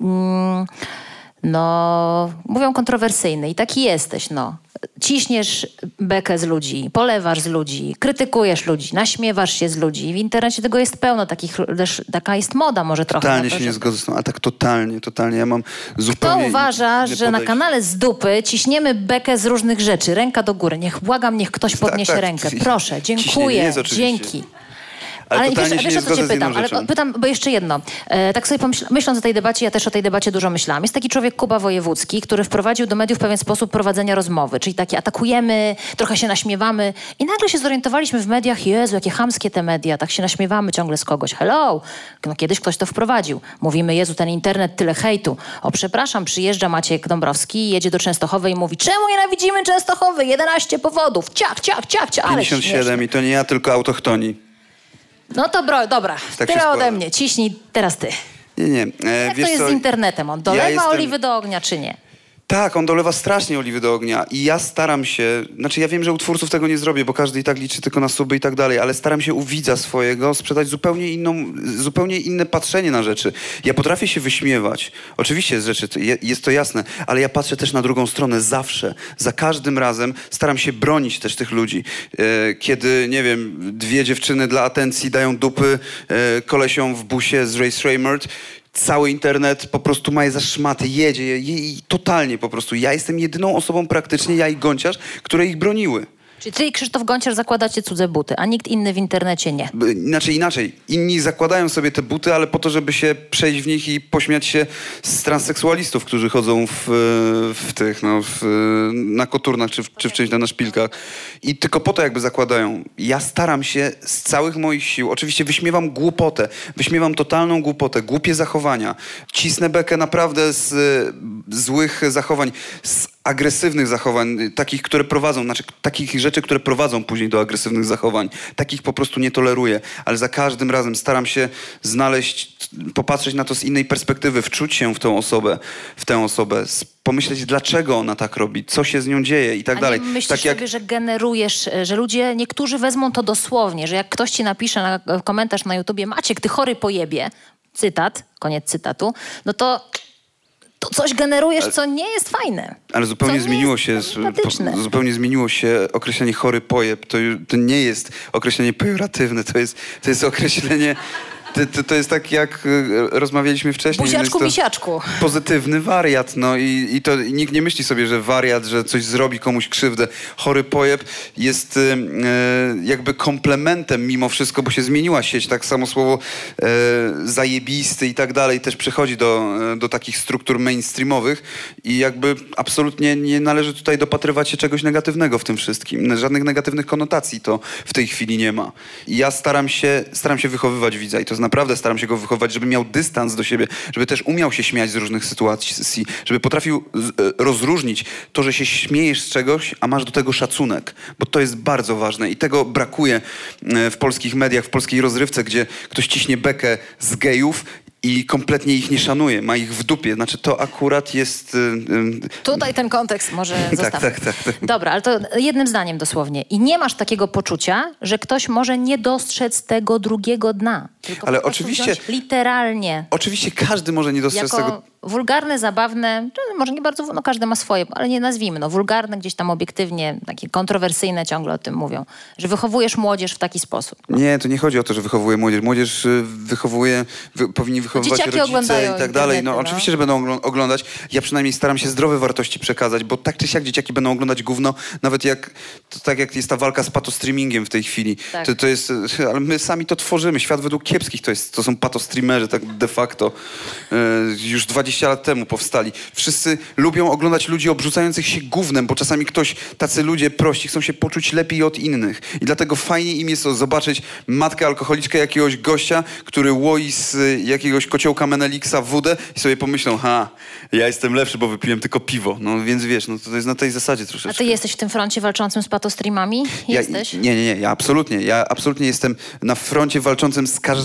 no, mówią kontrowersyjny i taki jesteś, no. Ciśniesz bekę z ludzi, polewasz z ludzi, krytykujesz ludzi, naśmiewasz się z ludzi. W internecie tego jest pełno, taka jest moda może trochę. Totalnie się nie zgodzę z tym, ale tak totalnie. Ja mam zupełnie... Kto uważa, że na kanale z dupy ciśniemy bekę z różnych rzeczy? Ręka do góry. Niech ktoś podniesie rękę. Proszę, dziękuję, dzięki. Ale wiesz, o co cię pytam? Ale pytam, bo jeszcze jedno. Tak sobie myśląc o tej debacie, ja też o tej debacie dużo myślałam. Jest taki człowiek, Kuba Wojewódzki, który wprowadził do mediów pewien sposób prowadzenia rozmowy, czyli takie atakujemy, trochę się naśmiewamy i nagle się zorientowaliśmy w mediach, Jezu, jakie chamskie te media, tak się naśmiewamy ciągle z kogoś. Hello! No kiedyś ktoś to wprowadził. Mówimy, Jezu, ten internet, tyle hejtu. O, przepraszam, przyjeżdża Maciek Dąbrowski, jedzie do Częstochowy i mówi, czemu nienawidzimy Częstochowy? 11 powodów. Ciach. 57 i to nie ja, tylko autochtoni. No to dobra, Tak tyle ode mnie. Ciśnij teraz ty. Nie. Jak Wiesz to jest co? z internetem? On dolewa oliwy do ognia, czy nie? Tak, on dolewa strasznie oliwy do ognia i ja staram się, znaczy ja wiem, że u twórców tego nie zrobię, bo każdy i tak liczy tylko na suby i tak dalej, ale staram się u widza swojego sprzedać zupełnie inne patrzenie na rzeczy. Ja potrafię się wyśmiewać, oczywiście z rzeczy, jest to jasne, ale ja patrzę też na drugą stronę zawsze, za każdym razem staram się bronić też tych ludzi. Kiedy, nie wiem, 2 dziewczyny dla atencji dają dupy kolesiom w busie z Ray Shremmerd, cały internet po prostu ma je za szmaty, jedzie i totalnie po prostu. Ja jestem jedyną osobą praktycznie, ja i Gonciarz, które ich broniły. Czyli ty i Krzysztof Gonciarz zakładacie cudze buty, a nikt inny w internecie nie. Inaczej. Inni zakładają sobie te buty, ale po to, żeby się przejść w nich i pośmiać się z transseksualistów, którzy chodzą na koturnach czy w czymś na szpilkach. I tylko po to jakby zakładają. Ja staram się z całych moich sił, oczywiście wyśmiewam głupotę, wyśmiewam totalną głupotę, głupie zachowania. Cisnę bekę naprawdę z złych zachowań, z agresywnych zachowań, takich rzeczy, które prowadzą później do agresywnych zachowań. Takich po prostu nie toleruję, ale za każdym razem staram się popatrzeć na to z innej perspektywy, wczuć się w tę osobę, pomyśleć, dlaczego ona tak robi, co się z nią dzieje i tak dalej. Myślisz sobie, że generujesz, że ludzie, niektórzy wezmą to dosłownie, że jak ktoś ci napisze na komentarz na YouTubie: Maciek, ty chory pojebie, cytat, koniec cytatu, no to coś generujesz, co nie jest fajne. Ale zupełnie zmieniło się określenie chory pojeb. To nie jest określenie pejoratywne, to jest określenie... To jest tak, jak rozmawialiśmy wcześniej. Buziaczku, misiaczku. Pozytywny wariat, no i nikt nie myśli sobie, że wariat, że coś zrobi komuś krzywdę. Chory pojeb jest jakby komplementem mimo wszystko, bo się zmieniła sieć. Tak samo słowo zajebisty i tak dalej też przechodzi do takich struktur mainstreamowych i jakby absolutnie nie należy tutaj dopatrywać się czegoś negatywnego w tym wszystkim. Żadnych negatywnych konotacji to w tej chwili nie ma. I ja staram się wychowywać widza i to naprawdę staram się go wychowywać, żeby miał dystans do siebie, żeby też umiał się śmiać z różnych sytuacji, żeby potrafił rozróżnić to, że się śmiejesz z czegoś, a masz do tego szacunek, bo to jest bardzo ważne i tego brakuje w polskich mediach, w polskiej rozrywce, gdzie ktoś ciśnie bekę z gejów i kompletnie ich nie szanuje, ma ich w dupie. Znaczy to akurat jest... Tutaj ten kontekst może zostawić. Tak. Dobra, ale to jednym zdaniem dosłownie. I nie masz takiego poczucia, że ktoś może nie dostrzec tego drugiego dna. Tylko ale po prostu oczywiście... literalnie. Oczywiście każdy może nie dostrzec tego... Wulgarne, zabawne, może nie bardzo, no każdy ma swoje, ale nie nazwijmy, wulgarne, gdzieś tam obiektywnie, takie kontrowersyjne ciągle o tym mówią, że wychowujesz młodzież w taki sposób. Nie, to nie chodzi o to, że wychowuje młodzież. Młodzież powinni wychowywać rodzice i tak dalej. No oczywiście, że będą oglądać. Ja przynajmniej staram się zdrowe wartości przekazać, bo tak czy siak dzieciaki będą oglądać gówno, nawet tak jak jest ta walka z patostreamingiem w tej chwili. Tak. To jest, ale my sami to tworzymy. Świat według kiepskich to są patostreamerzy, tak de facto. Już 20 lat temu powstali. Wszyscy lubią oglądać ludzi obrzucających się gównem, bo czasami tacy ludzie prości chcą się poczuć lepiej od innych. I dlatego fajnie im jest zobaczyć matkę alkoholiczkę jakiegoś gościa, który łoi z jakiegoś kociołka Meneliksa wódę i sobie pomyślą: ja jestem lepszy, bo wypiłem tylko piwo. No więc wiesz, no to jest na tej zasadzie troszeczkę. A ty jesteś w tym froncie walczącym z patostreamami? Jesteś? Nie, ja absolutnie jestem na froncie walczącym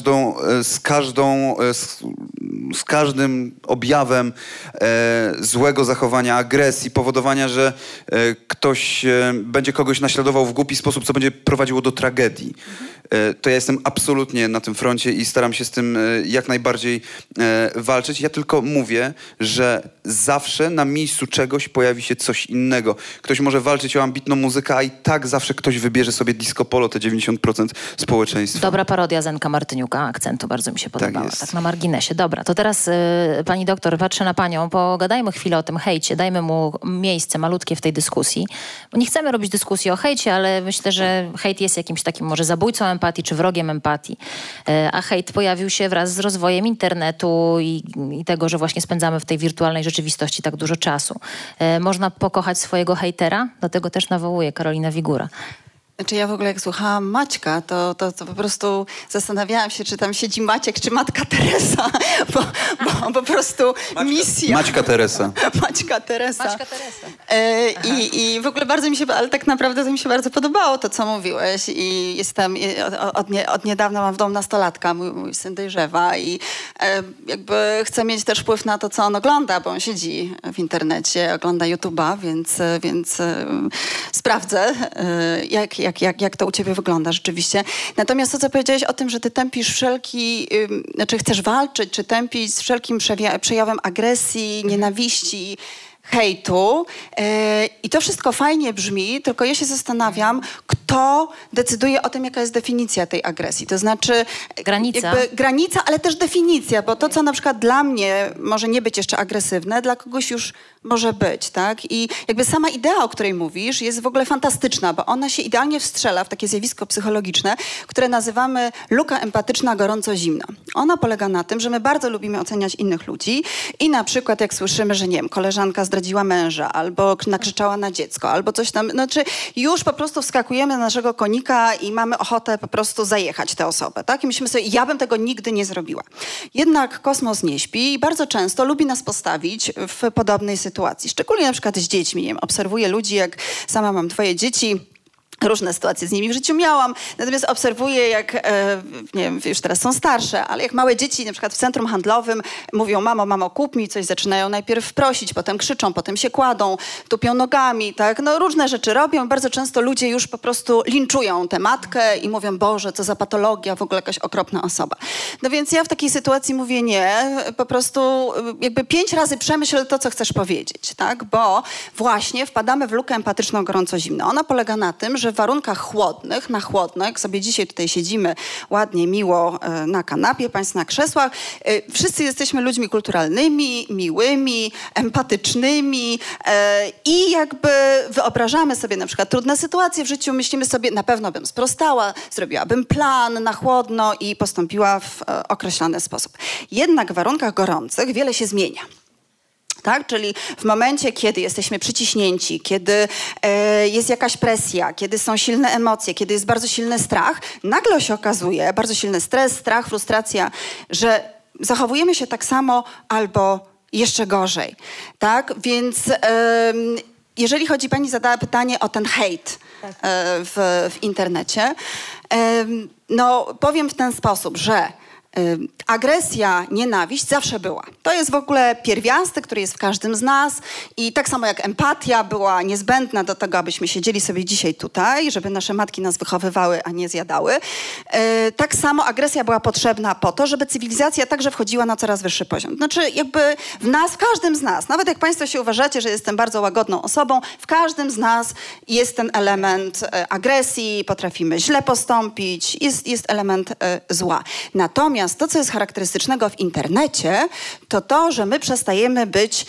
z każdym objawem złego zachowania, agresji, powodowania, że ktoś będzie kogoś naśladował w głupi sposób, co będzie prowadziło do tragedii. To ja jestem absolutnie na tym froncie i staram się z tym jak najbardziej walczyć. Ja tylko mówię, że zawsze na miejscu czegoś pojawi się coś innego. Ktoś może walczyć o ambitną muzykę, a i tak zawsze ktoś wybierze sobie disco polo, te 90% społeczeństwa. Dobra parodia Zenka Martyniuka, akcentu bardzo mi się podobała. Tak na marginesie. Dobra, to teraz pani doktor, patrzę na panią, pogadajmy chwilę o tym hejcie, dajmy mu miejsce malutkie w tej dyskusji. Bo nie chcemy robić dyskusji o hejcie, ale myślę, że hejt jest jakimś takim może zabójcą empatii, czy wrogiem empatii. A hejt pojawił się wraz z rozwojem internetu i tego, że właśnie spędzamy w tej wirtualnej rzeczywistości tak dużo czasu. Można pokochać swojego hejtera? Do tego też nawołuje Karolina Wigura. Znaczy ja w ogóle jak słuchałam Maćka, to po prostu zastanawiałam się, czy tam siedzi Maciek, czy Matka Teresa, bo po prostu misja. Maćka Teresa. Maćka Teresa. Maćka Teresa. I w ogóle bardzo mi się, ale tak naprawdę to mi się bardzo podobało to, co mówiłeś i jestem, od niedawna mam w domu nastolatka, mój syn dojrzewa i jakby chcę mieć też wpływ na to, co on ogląda, bo on siedzi w internecie, ogląda YouTube'a, więc sprawdzę, jak to u ciebie wygląda rzeczywiście. Natomiast to, co powiedziałeś o tym, że ty tępisz znaczy chcesz walczyć, czy tępić z wszelkim przejawem agresji, nienawiści, hejtu. I to wszystko fajnie brzmi, tylko ja się zastanawiam, kto decyduje o tym, jaka jest definicja tej agresji. To znaczy granica, ale też definicja, bo to, co na przykład dla mnie może nie być jeszcze agresywne, dla kogoś już może być, tak? I jakby sama idea, o której mówisz, jest w ogóle fantastyczna, bo ona się idealnie wstrzela w takie zjawisko psychologiczne, które nazywamy luka empatyczna gorąco-zimna. Ona polega na tym, że my bardzo lubimy oceniać innych ludzi i na przykład jak słyszymy, że nie wiem, koleżanka zdradziła męża, albo nakrzyczała na dziecko, albo coś tam, znaczy już po prostu wskakujemy na naszego konika i mamy ochotę po prostu zajechać tę osobę, tak? I myślimy sobie, ja bym tego nigdy nie zrobiła. Jednak kosmos nie śpi i bardzo często lubi nas postawić w podobnej sytuacji. Szczególnie na przykład z dziećmi. Nie wiem, obserwuję ludzi, jak sama mam 2 dzieci, różne sytuacje z nimi w życiu miałam, natomiast obserwuję, jak, nie wiem, już teraz są starsze, ale jak małe dzieci na przykład w centrum handlowym mówią, mamo, kup mi coś, zaczynają najpierw prosić, potem krzyczą, potem się kładą, tupią nogami, tak, no różne rzeczy robią. Bardzo często ludzie już po prostu linczują tę matkę i mówią, Boże, co za patologia, w ogóle jakaś okropna osoba. No więc ja w takiej sytuacji mówię, nie, po prostu jakby 5 razy przemyśl to, co chcesz powiedzieć, tak, bo właśnie wpadamy w lukę empatyczną gorąco-zimną. Ona polega na tym, że w warunkach chłodnych, na chłodno, jak sobie dzisiaj tutaj siedzimy ładnie, miło na kanapie, państwo na krzesłach, wszyscy jesteśmy ludźmi kulturalnymi, miłymi, empatycznymi i jakby wyobrażamy sobie na przykład trudne sytuacje w życiu, myślimy sobie, na pewno bym sprostała, zrobiłabym plan na chłodno i postąpiła w określony sposób. Jednak w warunkach gorących wiele się zmienia. Tak? Czyli w momencie, kiedy jesteśmy przyciśnięci, kiedy jest jakaś presja, kiedy są silne emocje, kiedy jest bardzo silny strach, nagle się okazuje, bardzo silny stres, strach, frustracja, że zachowujemy się tak samo albo jeszcze gorzej. Tak? Więc jeżeli chodzi, pani zadała pytanie o ten hejt w internecie, no powiem w ten sposób, że agresja, nienawiść zawsze była. To jest w ogóle pierwiastek, który jest w każdym z nas i tak samo jak empatia była niezbędna do tego, abyśmy siedzieli sobie dzisiaj tutaj, żeby nasze matki nas wychowywały, a nie zjadały. Tak samo agresja była potrzebna po to, żeby cywilizacja także wchodziła na coraz wyższy poziom. Znaczy jakby w nas, w każdym z nas, nawet jak państwo się uważacie, że jestem bardzo łagodną osobą, w każdym z nas jest ten element agresji, potrafimy źle postąpić, jest element zła. Natomiast to, co jest charakterystycznego w internecie, to, że my przestajemy być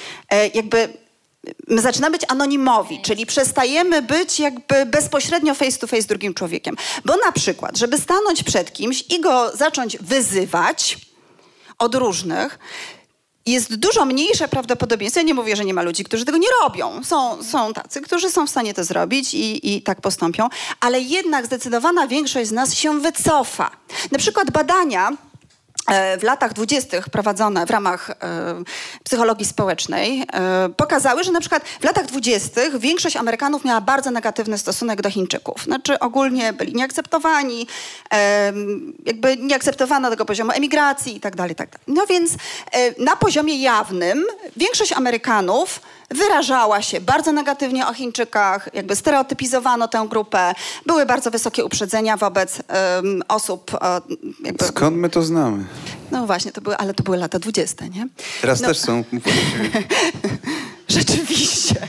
my zaczynamy być anonimowi, czyli przestajemy być jakby bezpośrednio face to face z drugim człowiekiem. Bo na przykład, żeby stanąć przed kimś i go zacząć wyzywać od różnych, jest dużo mniejsze prawdopodobieństwo. Ja nie mówię, że nie ma ludzi, którzy tego nie robią. Są tacy, którzy są w stanie to zrobić i tak postąpią, ale jednak zdecydowana większość z nas się wycofa. Na przykład badania w latach 20. prowadzone w ramach psychologii społecznej pokazały, że na przykład w latach 20. większość Amerykanów miała bardzo negatywny stosunek do Chińczyków. Znaczy ogólnie byli nieakceptowani, jakby nie akceptowano tego poziomu emigracji i tak dalej, tak dalej. No więc na poziomie jawnym większość Amerykanów wyrażała się bardzo negatywnie o Chińczykach, jakby stereotypizowano tę grupę. Były bardzo wysokie uprzedzenia wobec osób. Skąd my to znamy? No właśnie, to były lata 20, nie? Teraz też są. Rzeczywiście.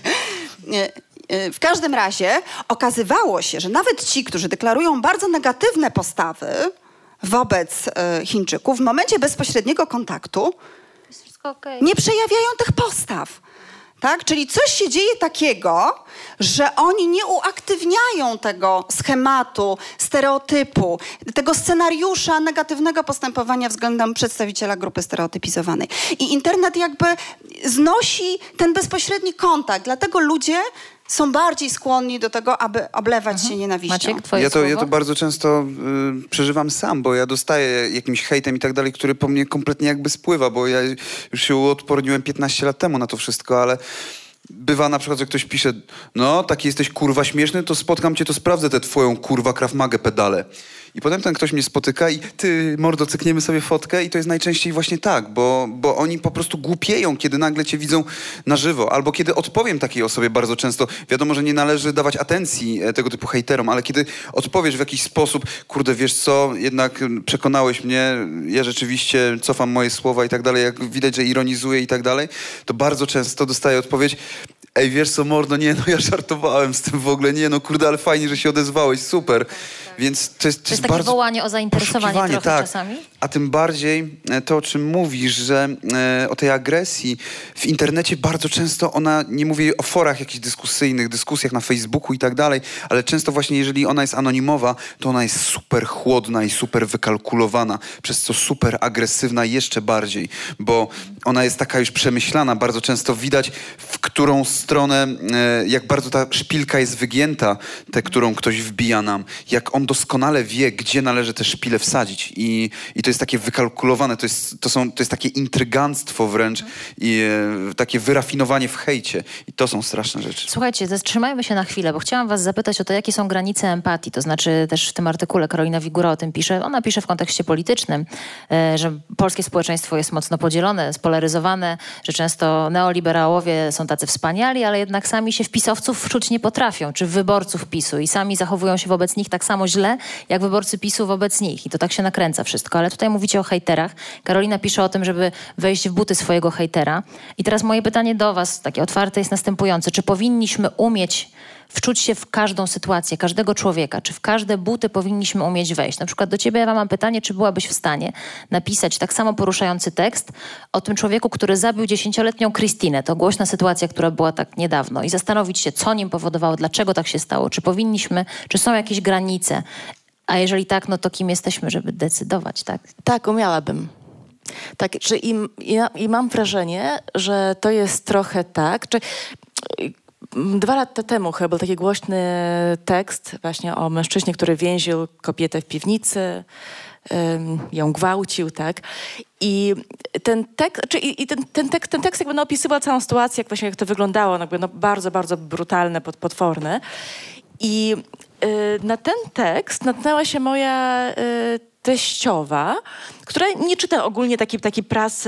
W każdym razie okazywało się, że nawet ci, którzy deklarują bardzo negatywne postawy wobec Chińczyków, w momencie bezpośredniego kontaktu nie przejawiają tych postaw. Tak? Czyli coś się dzieje takiego, że oni nie uaktywniają tego schematu, stereotypu, tego scenariusza negatywnego postępowania względem przedstawiciela grupy stereotypizowanej. I internet jakby znosi ten bezpośredni kontakt. Dlatego ludzie są bardziej skłonni do tego, aby oblewać się nienawiścią. Maciek, twoje Ja słowo? to bardzo często przeżywam sam, bo ja dostaję jakimś hejtem i tak dalej, który po mnie kompletnie jakby spływa, bo ja już się uodporniłem 15 lat temu na to wszystko, ale bywa na przykład, że ktoś pisze, no taki jesteś kurwa śmieszny, to spotkam cię, to sprawdzę tę twoją kurwa Krav Magę pedale. I potem ten ktoś mnie spotyka i ty, mordo, cykniemy sobie fotkę i to jest najczęściej właśnie tak, bo oni po prostu głupieją, kiedy nagle cię widzą na żywo. Albo kiedy odpowiem takiej osobie bardzo często, wiadomo, że nie należy dawać atencji tego typu hejterom, ale kiedy odpowiesz w jakiś sposób, kurde, wiesz co, jednak przekonałeś mnie, ja rzeczywiście cofam moje słowa i tak dalej, jak widać, że ironizuję i tak dalej, to bardzo często dostaję odpowiedź, ej, wiesz co, mordo, nie, no ja żartowałem z tym w ogóle, nie, no kurde, ale fajnie, że się odezwałeś, super. Więc to jest takie bardzo wołanie o zainteresowanie poszukiwanie, trochę tak. czasami? A tym bardziej to, o czym mówisz, że o tej agresji w internecie bardzo często ona, nie mówię o forach jakichś dyskusyjnych, dyskusjach na Facebooku i tak dalej, ale często właśnie jeżeli ona jest anonimowa, to ona jest super chłodna i super wykalkulowana, przez co super agresywna jeszcze bardziej, bo ona jest taka już przemyślana, bardzo często widać, w którą stronę, jak bardzo ta szpilka jest wygięta, tę, którą ktoś wbija nam, jak on doskonale wie, gdzie należy te szpile wsadzić i to jest takie wykalkulowane, to jest takie intryganstwo wręcz i takie wyrafinowanie w hejcie i to są straszne rzeczy. Słuchajcie, zatrzymajmy się na chwilę, bo chciałam was zapytać o to, jakie są granice empatii. To znaczy też w tym artykule Karolina Wigura o tym pisze. Ona pisze w kontekście politycznym, że polskie społeczeństwo jest mocno podzielone, spolaryzowane, że często neoliberałowie są tacy wspaniali, ale jednak sami się w pisowców wczuć nie potrafią, czy w wyborców PiS-u i sami zachowują się wobec nich tak samo źle, jak wyborcy PiS-u wobec nich. I to tak się nakręca wszystko. Ale tutaj mówicie o hejterach. Karolina pisze o tym, żeby wejść w buty swojego hejtera. I teraz moje pytanie do was, takie otwarte, jest następujące. Czy powinniśmy umieć wczuć się w każdą sytuację, każdego człowieka? Czy w każde buty powinniśmy umieć wejść? Na przykład do ciebie, Ewa, mam pytanie, czy byłabyś w stanie napisać tak samo poruszający tekst o tym człowieku, który zabił 10-letnią Christinę. To głośna sytuacja, która była tak niedawno. I zastanowić się, co nim powodowało, dlaczego tak się stało. Czy powinniśmy, czy są jakieś granice? A jeżeli tak, no to kim jesteśmy, żeby decydować, tak? Tak, umiałabym. Tak, czy i mam wrażenie, że to jest trochę tak, czy 2 lata temu chyba był taki głośny tekst właśnie o mężczyźnie, który więził kobietę w piwnicy, ją gwałcił, tak? I ten tekst jakby opisywał całą sytuację, jak to wyglądało, jakby bardzo, bardzo brutalne, potworne. I na ten tekst natknęła się moja teściowa, która nie czyta ogólnie takiej prasy,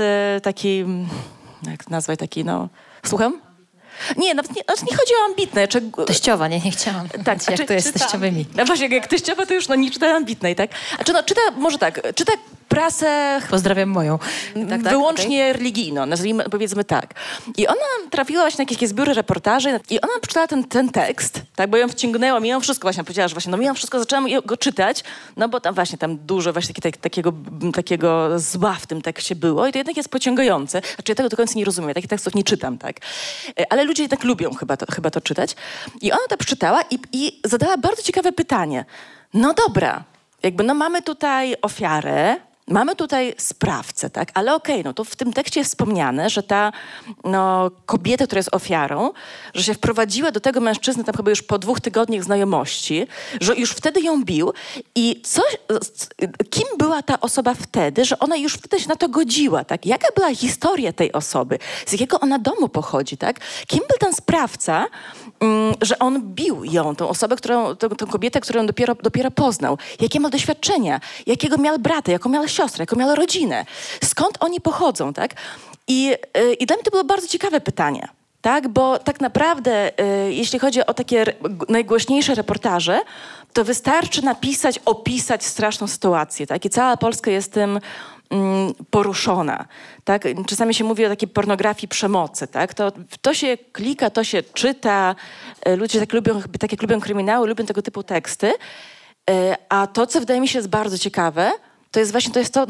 jak nazwać, słucham? Nie, nawet nie chodzi o ambitne. Teściowa, nie chciałam. Tak, jak to jest z teściowymi. No właśnie, jak teściowa, to już nie czyta ambitnej, tak? Czyta prasę... Pozdrawiam moją. Tak, wyłącznie religijną, powiedzmy tak. I ona trafiła właśnie na jakieś zbiory reportaży i ona przeczytała ten tekst, tak, bo ją wciągnęła, mimo wszystko właśnie powiedziała, że właśnie, mimo wszystko zaczęłam go czytać, bo tam dużo właśnie takiego zła w tym tekście było i to jednak jest pociągające. Znaczy ja tego do końca nie rozumiem, takich tekstów nie czytam, tak. Ale ludzie jednak lubią chyba to czytać. I ona to przeczytała i zadała bardzo ciekawe pytanie. No dobra, mamy tutaj ofiarę, mamy tutaj sprawcę, tak? Ale okej, to w tym tekście jest wspomniane, że ta kobieta, która jest ofiarą, że się wprowadziła do tego mężczyzny tam chyba już po 2 tygodniach znajomości, że już wtedy ją bił i kim była ta osoba wtedy, że ona już wtedy się na to godziła, tak? Jaka była historia tej osoby? Z jakiego ona domu pochodzi, tak? Kim był ten sprawca, że on bił ją, tą osobę, tą kobietę, którą dopiero poznał? Jakie ma doświadczenia? Jakiego miał brata? Jaką miał siostrę? Jaką miał rodzinę? Skąd oni pochodzą, tak? I dla mnie to było bardzo ciekawe pytanie, tak? Bo tak naprawdę, jeśli chodzi o takie najgłośniejsze reportaże, to wystarczy opisać straszną sytuację, tak? I cała Polska jest tym poruszona, tak? Czasami się mówi o takiej pornografii przemocy, tak? To się klika, to się czyta, ludzie tak jak lubią kryminały, lubią tego typu teksty, a to, co wydaje mi się jest bardzo ciekawe, to jest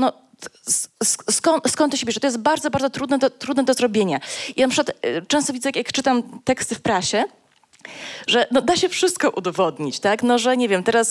skąd to się bierze? To jest bardzo, bardzo trudne do zrobienia. Ja na przykład często widzę, jak czytam teksty w prasie, że no, da się wszystko udowodnić, tak? No, że nie wiem, teraz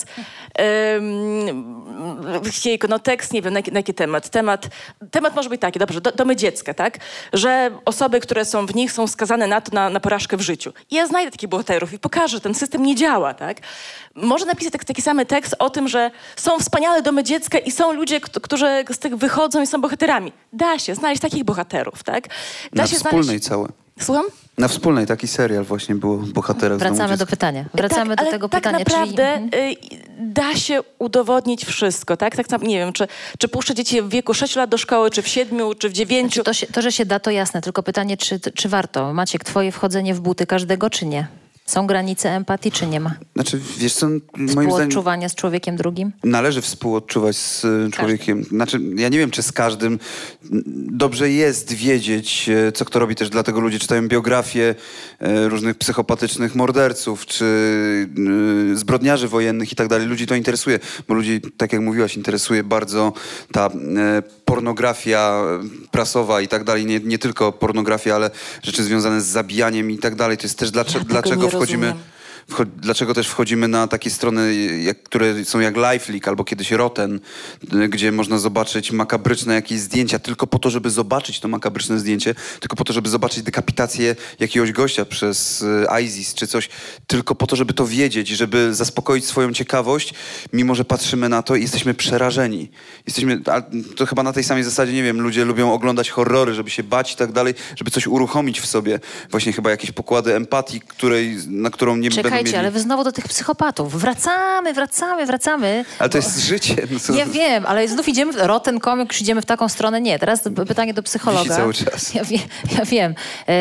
no tekst, nie wiem, na jaki temat. Temat może być taki, dobrze, domy dziecka, tak? Że osoby, które są w nich, są skazane na to, na porażkę w życiu. I ja znajdę takich bohaterów i pokażę, że ten system nie działa, tak? Może napisać taki sam tekst o tym, że są wspaniałe domy dziecka i są ludzie, którzy z tych wychodzą i są bohaterami. Da się znaleźć takich bohaterów, tak? Da Na się wspólnej znaleźć... całe. Słucham? Na wspólnej taki serial właśnie było bohatera z domu Wracamy dziecka. do pytania. Wracamy do ale tego tak pytania. naprawdę da się udowodnić wszystko, tak? Tak nie wiem, czy puszczę dzieci w wieku 6 lat do szkoły, czy w 7, czy w 9. Znaczy to, że się da, to jasne. Tylko pytanie, czy warto? Maciek, twoje wchodzenie w buty każdego, czy nie? Są granice empatii, czy nie ma? Znaczy, wiesz co, moim zdaniem Współodczuwania z człowiekiem drugim? należy współodczuwać z człowiekiem. Znaczy, ja nie wiem, czy z każdym. Dobrze jest wiedzieć, co kto robi. Też dlatego ludzie czytają biografie różnych psychopatycznych morderców, czy zbrodniarzy wojennych i tak dalej. Ludzi to interesuje, bo ludzi, tak jak mówiłaś, interesuje bardzo ta pornografia prasowa i tak dalej. Nie tylko pornografia, ale rzeczy związane z zabijaniem i tak dalej. To jest też dlaczego wchodzimy... Dlaczego też wchodzimy na takie strony, które są jak LiveLeak albo kiedyś Rotten, gdzie można zobaczyć makabryczne jakieś zdjęcia tylko po to, żeby zobaczyć to makabryczne zdjęcie, tylko po to, żeby zobaczyć dekapitację jakiegoś gościa przez ISIS czy coś, tylko po to, żeby to wiedzieć, żeby zaspokoić swoją ciekawość, mimo że patrzymy na to i jesteśmy przerażeni. To chyba na tej samej zasadzie, nie wiem, ludzie lubią oglądać horrory, żeby się bać i tak dalej, żeby coś uruchomić w sobie. Właśnie chyba jakieś pokłady empatii, na którą nie będą mieli... Ale wy znowu do tych psychopatów. Wracamy. Ale to jest życie. No Ja wiem, ale znów idziemy w Rotten Comics, idziemy w taką stronę. Nie, teraz pytanie do psychologa. Wisi cały czas. Ja wiem.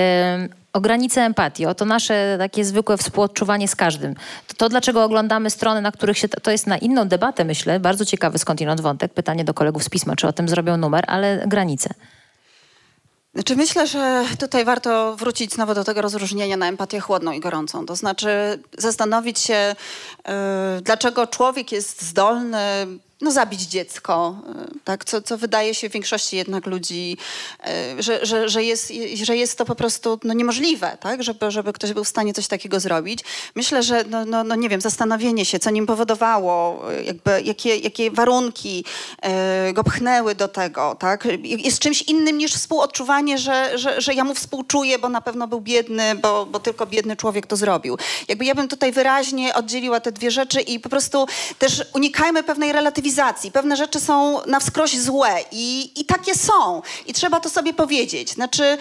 O granice empatii, o to nasze takie zwykłe współodczuwanie z każdym. To dlaczego oglądamy strony, na których się... To jest na inną debatę, myślę. Bardzo ciekawy skądinąd wątek. Pytanie do kolegów z Pisma, czy o tym zrobią numer, ale granice. Znaczy myślę, że tutaj warto wrócić znowu do tego rozróżnienia na empatię chłodną i gorącą. To znaczy zastanowić się, dlaczego człowiek jest zdolny zabić dziecko, tak? Co wydaje się większości jednak ludzi, że jest to po prostu niemożliwe, tak? Żeby ktoś był w stanie coś takiego zrobić. Myślę, że nie wiem, zastanowienie się, co nim powodowało, jakby jakie warunki go pchnęły do tego, tak? Jest czymś innym niż współodczuwanie, że ja mu współczuję, bo na pewno był biedny, bo tylko biedny człowiek to zrobił. Jakby ja bym tutaj wyraźnie oddzieliła te dwie rzeczy i po prostu też unikajmy pewnej relatywizacji. Pewne rzeczy są na wskroś złe i takie są. I trzeba to sobie powiedzieć. Znaczy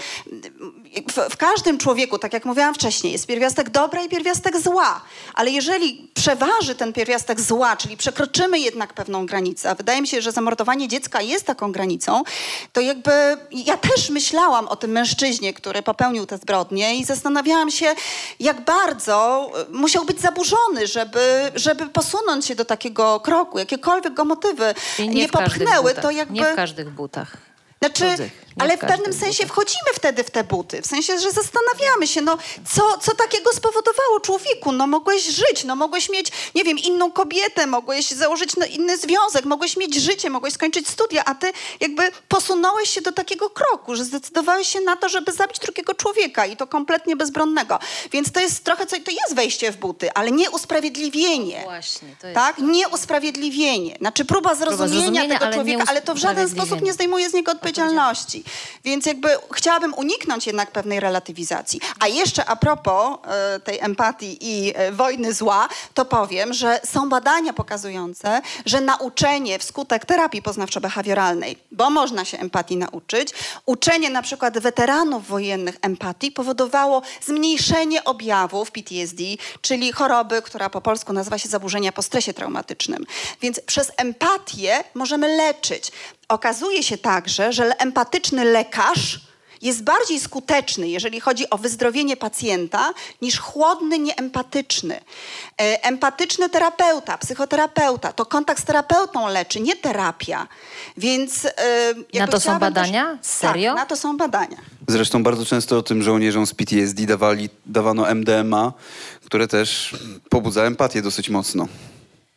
w każdym człowieku, tak jak mówiłam wcześniej, jest pierwiastek dobra i pierwiastek zła. Ale jeżeli przeważy ten pierwiastek zła, czyli przekroczymy jednak pewną granicę, a wydaje mi się, że zamordowanie dziecka jest taką granicą, to jakby ja też myślałam o tym mężczyźnie, który popełnił te zbrodnie i zastanawiałam się, jak bardzo musiał być zaburzony, żeby posunąć się do takiego kroku. Jakiekolwiek go motywy nie popchnęły, to jakby... Nie w każdych butach. Znaczy, ale w pewnym sensie wchodzimy wtedy w te buty. W sensie, że zastanawiamy się, co takiego spowodowało człowieku? Mogłeś żyć, mogłeś mieć, nie wiem, inną kobietę, mogłeś założyć inny związek, mogłeś mieć życie, mogłeś skończyć studia, a ty jakby posunąłeś się do takiego kroku, że zdecydowałeś się na to, żeby zabić drugiego człowieka i to kompletnie bezbronnego. Więc to jest trochę, to jest wejście w buty, ale nie usprawiedliwienie. Właśnie, to jest... Tak? Nie usprawiedliwienie. Znaczy próba zrozumienia tego człowieka, ale to w żaden sposób nie zdejmuje z niego odpowiedzialności. Więc jakby chciałabym uniknąć jednak pewnej relatywizacji. A jeszcze a propos tej empatii i wojny zła, to powiem, że są badania pokazujące, że nauczenie wskutek terapii poznawczo-behawioralnej, bo można się empatii nauczyć, uczenie na przykład weteranów wojennych empatii powodowało zmniejszenie objawów PTSD, czyli choroby, która po polsku nazywa się zaburzenia po stresie traumatycznym. Więc przez empatię możemy leczyć. Okazuje się także, że empatyczny lekarz jest bardziej skuteczny, jeżeli chodzi o wyzdrowienie pacjenta, niż chłodny, nieempatyczny. Empatyczny terapeuta, psychoterapeuta, to kontakt z terapeutą leczy, nie terapia. Więc na to są badania? Serio? Tak, na to są badania. Zresztą bardzo często o tym żołnierzom z PTSD dawano MDMA, które też pobudza empatię dosyć mocno.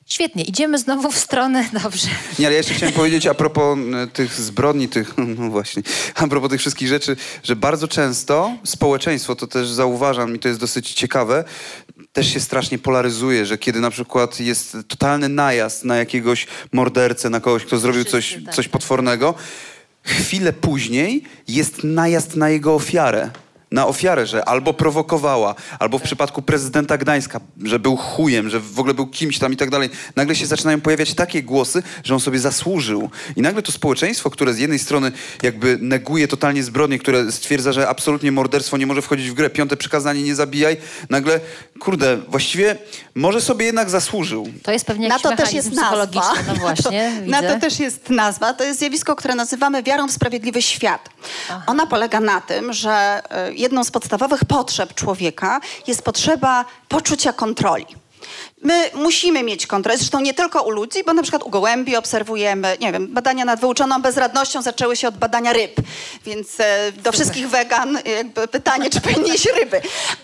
Świetnie, idziemy znowu w stronę, dobrze. Nie, ale ja jeszcze chciałem powiedzieć a propos tych zbrodni, no właśnie, a propos tych wszystkich rzeczy, że bardzo często społeczeństwo, to też zauważam i to jest dosyć ciekawe, też się strasznie polaryzuje, że kiedy na przykład jest totalny najazd na jakiegoś mordercę, na kogoś, kto zrobił coś potwornego, chwilę później jest najazd na jego ofiarę. Na ofiarę, że albo prowokowała, albo w przypadku prezydenta Gdańska, że był chujem, że w ogóle był kimś tam i tak dalej. Nagle się zaczynają pojawiać takie głosy, że on sobie zasłużył. I nagle to społeczeństwo, które z jednej strony jakby neguje totalnie zbrodnie, które stwierdza, że absolutnie morderstwo nie może wchodzić w grę, 5. przykazanie nie zabijaj, nagle, kurde, właściwie może sobie jednak zasłużył. To jest pewnie jakiś mechanizm psychologiczny. No właśnie, na to też jest nazwa. To jest zjawisko, które nazywamy wiarą w sprawiedliwy świat. Aha. Ona polega na tym, że jedną z podstawowych potrzeb człowieka jest potrzeba poczucia kontroli. My musimy mieć kontrolę, zresztą nie tylko u ludzi, bo na przykład u gołębi obserwujemy, nie wiem, badania nad wyuczoną bezradnością zaczęły się od badania ryb, więc do wszystkich wegan jakby pytanie, czy powinni jeść ryby.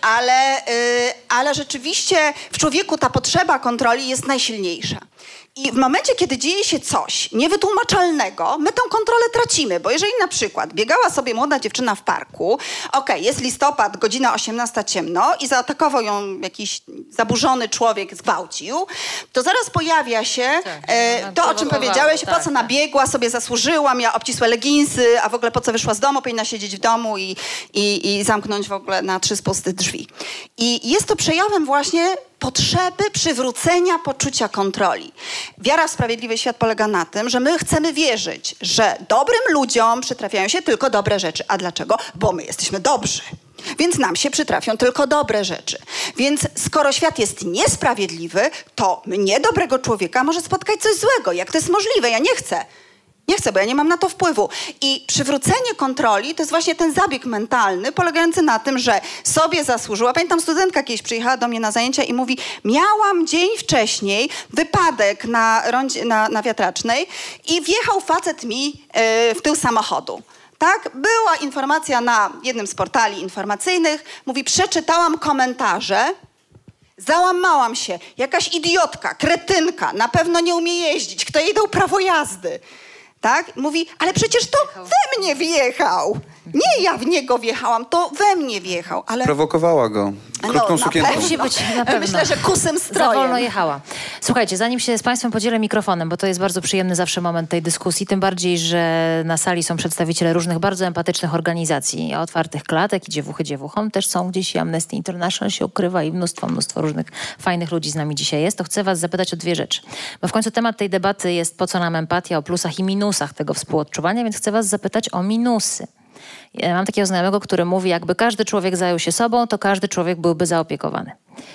Ale rzeczywiście w człowieku ta potrzeba kontroli jest najsilniejsza. I w momencie, kiedy dzieje się coś niewytłumaczalnego, my tą kontrolę tracimy, bo jeżeli na przykład biegała sobie młoda dziewczyna w parku, jest listopad, godzina 18, ciemno i zaatakował ją jakiś zaburzony człowiek, zgwałcił, to zaraz pojawia się to, o czym powiedziałeś, po co nabiegła, sobie zasłużyła, miała obcisłe leginsy, a w ogóle po co wyszła z domu, powinna siedzieć w domu i zamknąć w ogóle na 3 spusty drzwi. I jest to przejawem właśnie potrzeby przywrócenia poczucia kontroli. Wiara w sprawiedliwy świat polega na tym, że my chcemy wierzyć, że dobrym ludziom przytrafiają się tylko dobre rzeczy. A dlaczego? Bo my jesteśmy dobrzy. Więc nam się przytrafią tylko dobre rzeczy. Więc skoro świat jest niesprawiedliwy, to mnie, dobrego człowieka, może spotkać coś złego. Jak to jest możliwe? Ja nie chcę. Nie chcę, bo ja nie mam na to wpływu. I przywrócenie kontroli to jest właśnie ten zabieg mentalny polegający na tym, że sobie zasłużyła. Pamiętam, studentka kiedyś przyjechała do mnie na zajęcia i mówi, miałam dzień wcześniej wypadek na Wiatracznej i wjechał facet mi w tył samochodu. Tak? Była informacja na jednym z portali informacyjnych. Mówi, przeczytałam komentarze, załamałam się. Jakaś idiotka, kretynka, na pewno nie umie jeździć. Kto jej dał prawo jazdy? Tak? Mówi, ale przecież to we mnie wjechał. Nie ja w niego wjechałam, to we mnie wjechał. Ale... Prowokowała go. Krótką sukienką. Musi być na pewno. Myślę, że kusem strojem. Za wolno jechała. Słuchajcie, zanim się z Państwem podzielę mikrofonem, bo to jest bardzo przyjemny zawsze moment tej dyskusji, tym bardziej, że na sali są przedstawiciele różnych bardzo empatycznych organizacji, otwartych klatek i dziewuchom też są gdzieś i Amnesty International się ukrywa i mnóstwo różnych fajnych ludzi z nami dzisiaj jest. To chcę Was zapytać o 2 rzeczy. Bo w końcu temat tej debaty jest po co nam empatia, o plusach i minusach tego współodczuwania, więc chcę Was zapytać o minusy. Ja mam takiego znajomego, który mówi, jakby każdy człowiek zajął się sobą, to każdy człowiek byłby zaopiekowany.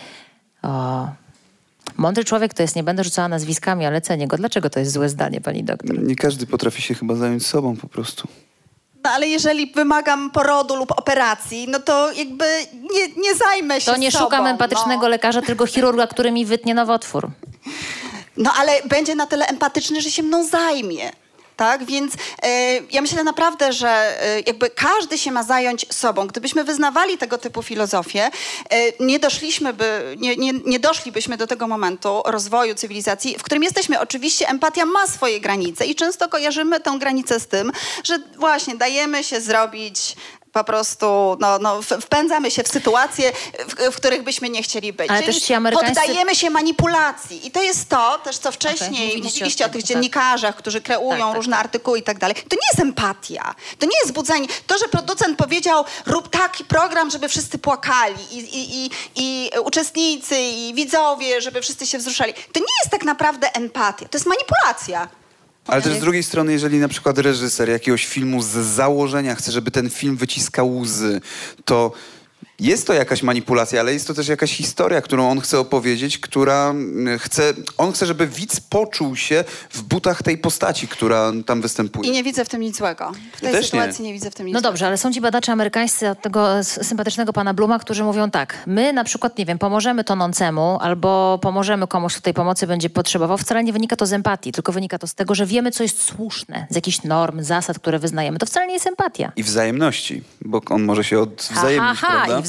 Mądry człowiek to jest, nie będę rzucała nazwiskami, ale cenię go. Dlaczego to jest złe zdanie, pani doktor? Nie każdy potrafi się chyba zająć sobą po prostu. No ale jeżeli wymagam porodu lub operacji, no to jakby nie zajmę się sobą. To nie szukam empatycznego lekarza, tylko chirurga, który mi wytnie nowotwór. No ale będzie na tyle empatyczny, że się mną zajmie. Tak? Więc ja myślę naprawdę, że jakby każdy się ma zająć sobą. Gdybyśmy wyznawali tego typu filozofię, nie doszlibyśmy do tego momentu rozwoju cywilizacji, w którym jesteśmy. Oczywiście empatia ma swoje granice i często kojarzymy tę granicę z tym, że właśnie dajemy się zrobić po prostu wpędzamy się w sytuacje, w których byśmy nie chcieli być. Ale czyli też ci amerykańscy... poddajemy się manipulacji. I to jest to, też co wcześniej mówiliście o tych dziennikarzach, którzy kreują różne artykuły i tak dalej. To nie jest empatia. To nie jest budzenie. To, że producent powiedział, rób taki program, żeby wszyscy płakali i uczestnicy, i widzowie, żeby wszyscy się wzruszali. To nie jest tak naprawdę empatia. To jest manipulacja. Ale też z drugiej strony, jeżeli na przykład reżyser jakiegoś filmu z założenia chce, żeby ten film wyciskał łzy, to jest to jakaś manipulacja, ale jest to też jakaś historia, którą on chce opowiedzieć, on chce, żeby widz poczuł się w butach tej postaci, która tam występuje. I nie widzę w tym nic złego. W tej sytuacji nie widzę w tym nic złego. No dobrze, ale są ci badacze amerykańscy od tego sympatycznego pana Bluma, którzy mówią tak, my na przykład, nie wiem, pomożemy tonącemu albo pomożemy komuś, kto tej pomocy będzie potrzebował. Wcale nie wynika to z empatii, tylko wynika to z tego, że wiemy, co jest słuszne, z jakichś norm, zasad, które wyznajemy. To wcale nie jest empatia. I wzajemności, bo on może się odwzajemnić, prawda? I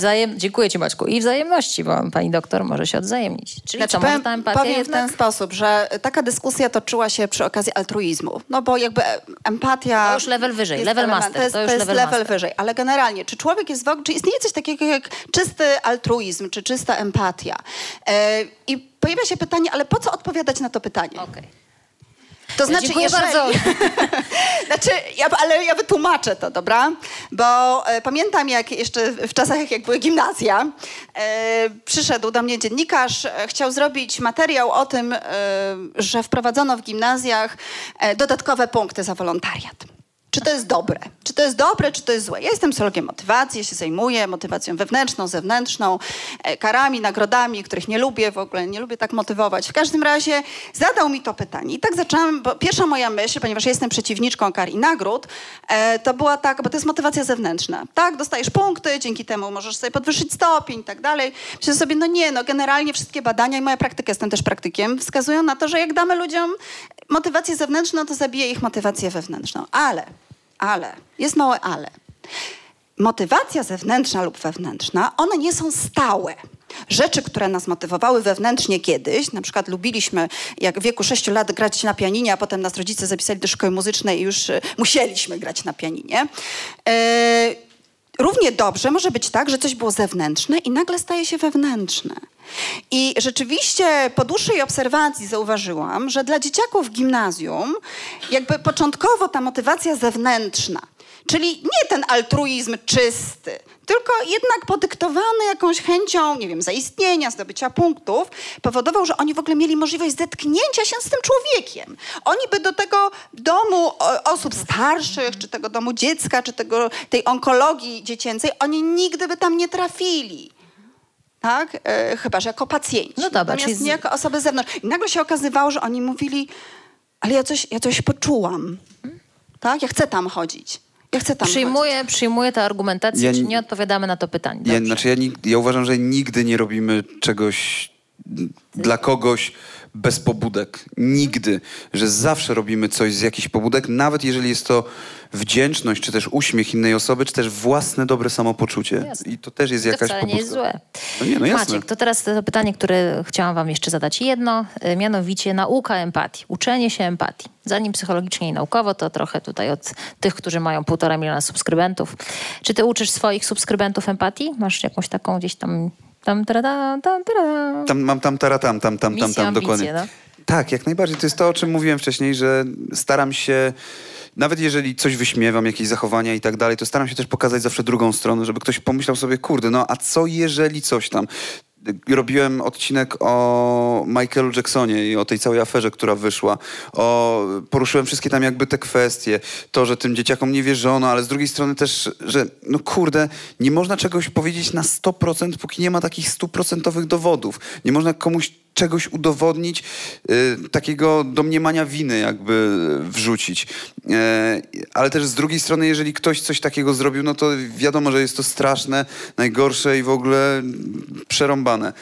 Dziękuję ci, Maćku. I wzajemności, bo pani doktor może się odwzajemnić. Czyli co, może ta empatia powiem jednak... w ten sposób, że taka dyskusja toczyła się przy okazji altruizmu. No bo jakby empatia... To już level wyżej, jest level elementem. master. To jest level wyżej. Ale generalnie, czy człowiek jest w ogóle... Czy istnieje coś takiego jak czysty altruizm, czy czysta empatia? I pojawia się pytanie, ale po co odpowiadać na to pytanie? Okej. To znaczy, dziękuję jeżeli... bardzo. Znaczy, ale ja wytłumaczę to, dobra? Bo pamiętam, jak jeszcze w czasach, jak były gimnazja, przyszedł do mnie dziennikarz, chciał zrobić materiał o tym, że wprowadzono w gimnazjach dodatkowe punkty za wolontariat. Czy to jest dobre? Czy to jest dobre, czy to jest złe? Ja jestem psychologiem motywacji, ja się zajmuję motywacją wewnętrzną, zewnętrzną, karami, nagrodami, których nie lubię, w ogóle nie lubię tak motywować. W każdym razie zadał mi to pytanie i tak zaczęłam, bo pierwsza moja myśl, ponieważ ja jestem przeciwniczką kar i nagród, to była tak, bo to jest motywacja zewnętrzna. Tak, dostajesz punkty, dzięki temu możesz sobie podwyższyć stopień i tak dalej. Myślę sobie, generalnie wszystkie badania i moja praktyka, jestem też praktykiem, wskazują na to, że jak damy ludziom motywację zewnętrzną, to zabije ich motywację wewnętrzną. Ale, jest małe ale. Motywacja zewnętrzna lub wewnętrzna, one nie są stałe. Rzeczy, które nas motywowały wewnętrznie kiedyś, na przykład lubiliśmy, jak w wieku 6 lat grać na pianinie, a potem nas rodzice zapisali do szkoły muzycznej i już musieliśmy grać na pianinie. Równie dobrze może być tak, że coś było zewnętrzne i nagle staje się wewnętrzne. I rzeczywiście po dłuższej obserwacji zauważyłam, że dla dzieciaków w gimnazjum jakby początkowo ta motywacja zewnętrzna, czyli nie ten altruizm czysty, tylko jednak podyktowany jakąś chęcią, nie wiem, zaistnienia, zdobycia punktów, powodował, że oni w ogóle mieli możliwość zetknięcia się z tym człowiekiem. Oni by do tego domu osób starszych, czy tego domu dziecka, czy tej onkologii dziecięcej, oni nigdy by tam nie trafili. Tak? Chyba że jako pacjenci. No dobra, natomiast nie jako osoby z zewnątrz. I nagle się okazywało, że oni mówili, ale ja coś poczułam. Tak? Ja chcę tam chodzić. Przyjmuję tę argumentację, czy nie odpowiadamy na to pytanie. Ja uważam, że nigdy nie robimy czegoś dla kogoś bez pobudek. Nigdy. Że zawsze robimy coś z jakichś pobudek, nawet jeżeli jest to wdzięczność, czy też uśmiech innej osoby, czy też własne dobre samopoczucie. Jasne. I to też jest to jakaś wcale pobudka. nie jest złe. No jasne. Maciek, to teraz to pytanie, które chciałam wam jeszcze zadać. Jedno, mianowicie nauka empatii. Uczenie się empatii. Zanim psychologicznie i naukowo, to trochę tutaj od tych, którzy mają 1,5 miliona subskrybentów. Czy ty uczysz swoich subskrybentów empatii? Masz jakąś taką gdzieś tam... Tam dokładnie. No? Tak, jak najbardziej. To jest to, o czym mówiłem wcześniej, że staram się, nawet jeżeli coś wyśmiewam, jakieś zachowania i tak dalej, to staram się też pokazać zawsze drugą stronę, żeby ktoś pomyślał sobie, kurde, no a co jeżeli coś tam? Robiłem odcinek o Michaelu Jacksonie i o tej całej aferze, która wyszła. Poruszyłem wszystkie tam jakby te kwestie. To, że tym dzieciakom nie wierzono, ale z drugiej strony też, że no kurde, nie można czegoś powiedzieć na 100%, póki nie ma takich 100% dowodów. Nie można komuś czegoś udowodnić, takiego domniemania winy jakby wrzucić. Ale też z drugiej strony, jeżeli ktoś coś takiego zrobił, no to wiadomo, że jest to straszne, najgorsze i w ogóle przerąbane.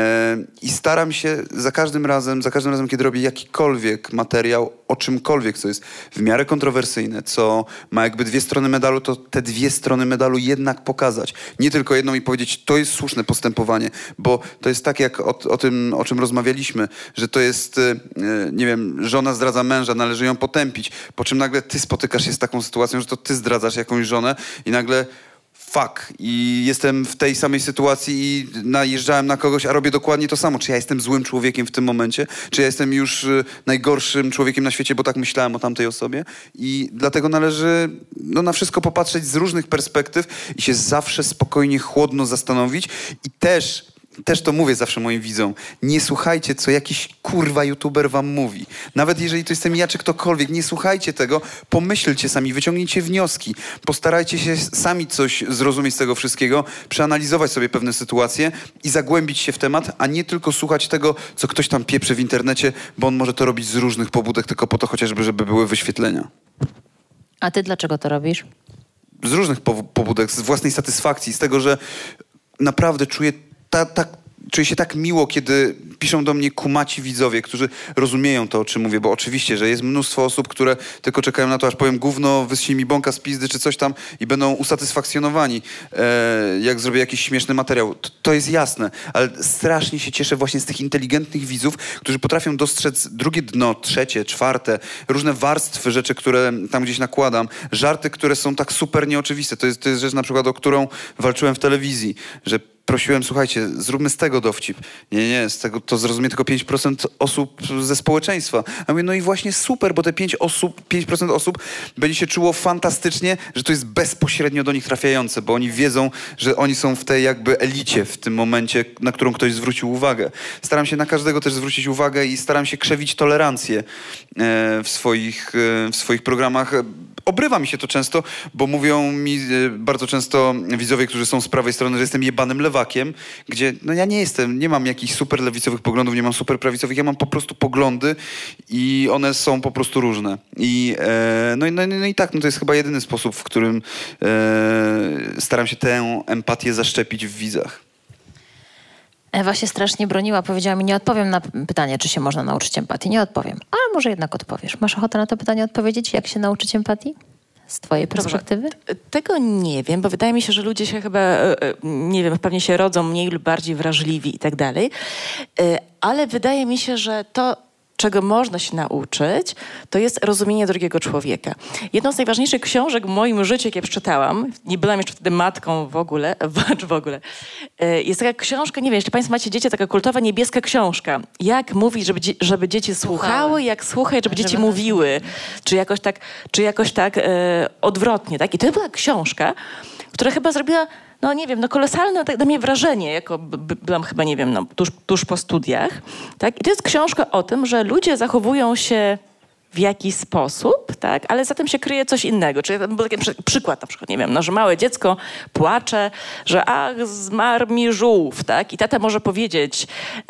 I staram się za każdym razem, kiedy robię jakikolwiek materiał o czymkolwiek, co jest w miarę kontrowersyjne, co ma jakby 2 strony medalu, to te 2 strony medalu jednak pokazać. Nie tylko jedną i powiedzieć, to jest słuszne postępowanie, bo to jest tak jak o tym, o czym rozmawialiśmy, że to jest, nie wiem, żona zdradza męża, należy ją potępić, po czym nagle ty spotykasz się z taką sytuacją, że to ty zdradzasz jakąś żonę i nagle fuck, i jestem w tej samej sytuacji i najeżdżałem na kogoś, a robię dokładnie to samo. Czy ja jestem złym człowiekiem w tym momencie? Czy ja jestem już najgorszym człowiekiem na świecie, bo tak myślałem o tamtej osobie? I dlatego należy na wszystko popatrzeć z różnych perspektyw i się zawsze spokojnie, chłodno zastanowić i też to mówię zawsze moim widzom, nie słuchajcie, co jakiś kurwa youtuber wam mówi. Nawet jeżeli to jestem ja, czy ktokolwiek, nie słuchajcie tego, pomyślcie sami, wyciągnijcie wnioski, postarajcie się sami coś zrozumieć z tego wszystkiego, przeanalizować sobie pewne sytuacje i zagłębić się w temat, a nie tylko słuchać tego, co ktoś tam pieprzy w internecie, bo on może to robić z różnych pobudek, tylko po to chociażby, żeby były wyświetlenia. A ty dlaczego to robisz? Z różnych pobudek, z własnej satysfakcji, z tego, że naprawdę czuję czuję się tak miło, kiedy piszą do mnie kumaci widzowie, którzy rozumieją to, o czym mówię, bo oczywiście, że jest mnóstwo osób, które tylko czekają na to, aż powiem gówno, wyschnie mi bąka z pizdy czy coś tam i będą usatysfakcjonowani, jak zrobię jakiś śmieszny materiał. To jest jasne, ale strasznie się cieszę właśnie z tych inteligentnych widzów, którzy potrafią dostrzec drugie dno, trzecie, czwarte, różne warstwy rzeczy, które tam gdzieś nakładam, żarty, które są tak super nieoczywiste. To jest rzecz na przykład, o którą walczyłem w telewizji, że prosiłem, słuchajcie, zróbmy z tego dowcip. Nie, z tego to zrozumie tylko 5% osób ze społeczeństwa. A mówię, no i właśnie super, bo te 5% osób będzie się czuło fantastycznie, że to jest bezpośrednio do nich trafiające, bo oni wiedzą, że oni są w tej jakby elicie w tym momencie, na którą ktoś zwrócił uwagę. Staram się na każdego też zwrócić uwagę i staram się krzewić tolerancję w swoich programach. Obrywa mi się to często, bo mówią mi bardzo często widzowie, którzy są z prawej strony, że jestem jebanym lewakiem, gdzie no ja nie mam jakichś super lewicowych poglądów, nie mam super prawicowych, ja mam po prostu poglądy i one są po prostu różne. No i tak, no to jest chyba jedyny sposób, w którym staram się tę empatię zaszczepić w widzach. Ewa się strasznie broniła, powiedziała mi, nie odpowiem na pytanie, czy się można nauczyć empatii. Nie odpowiem, ale może jednak odpowiesz. Masz ochotę na to pytanie odpowiedzieć? Jak się nauczyć empatii? Z twojej perspektywy? Tego nie wiem, bo wydaje mi się, że ludzie się chyba, nie wiem, pewnie się rodzą mniej lub bardziej wrażliwi i tak dalej, ale wydaje mi się, że to, czego można się nauczyć, to jest rozumienie drugiego człowieka. Jedną z najważniejszych książek w moim życiu, jakie przeczytałam, nie byłam jeszcze wtedy matką w ogóle, jest taka książka, nie wiem, jeśli państwo macie dzieci, taka kultowa niebieska książka. Jak mówić, żeby dzieci słuchały, jak słuchać, żeby dzieci mówiły. Czy jakoś tak odwrotnie, tak? I to była książka, która chyba zrobiła no nie wiem, no kolosalne tak na mnie wrażenie, jako byłam chyba, nie wiem, no, tuż po studiach, tak? I to jest książka o tym, że ludzie zachowują się w jakiś sposób, tak? Ale za tym się kryje coś innego. Czyli tam był taki przykład, na przykład, nie wiem, no, że małe dziecko płacze, że ach, zmarł mi żółw, tak? I tata może powiedzieć...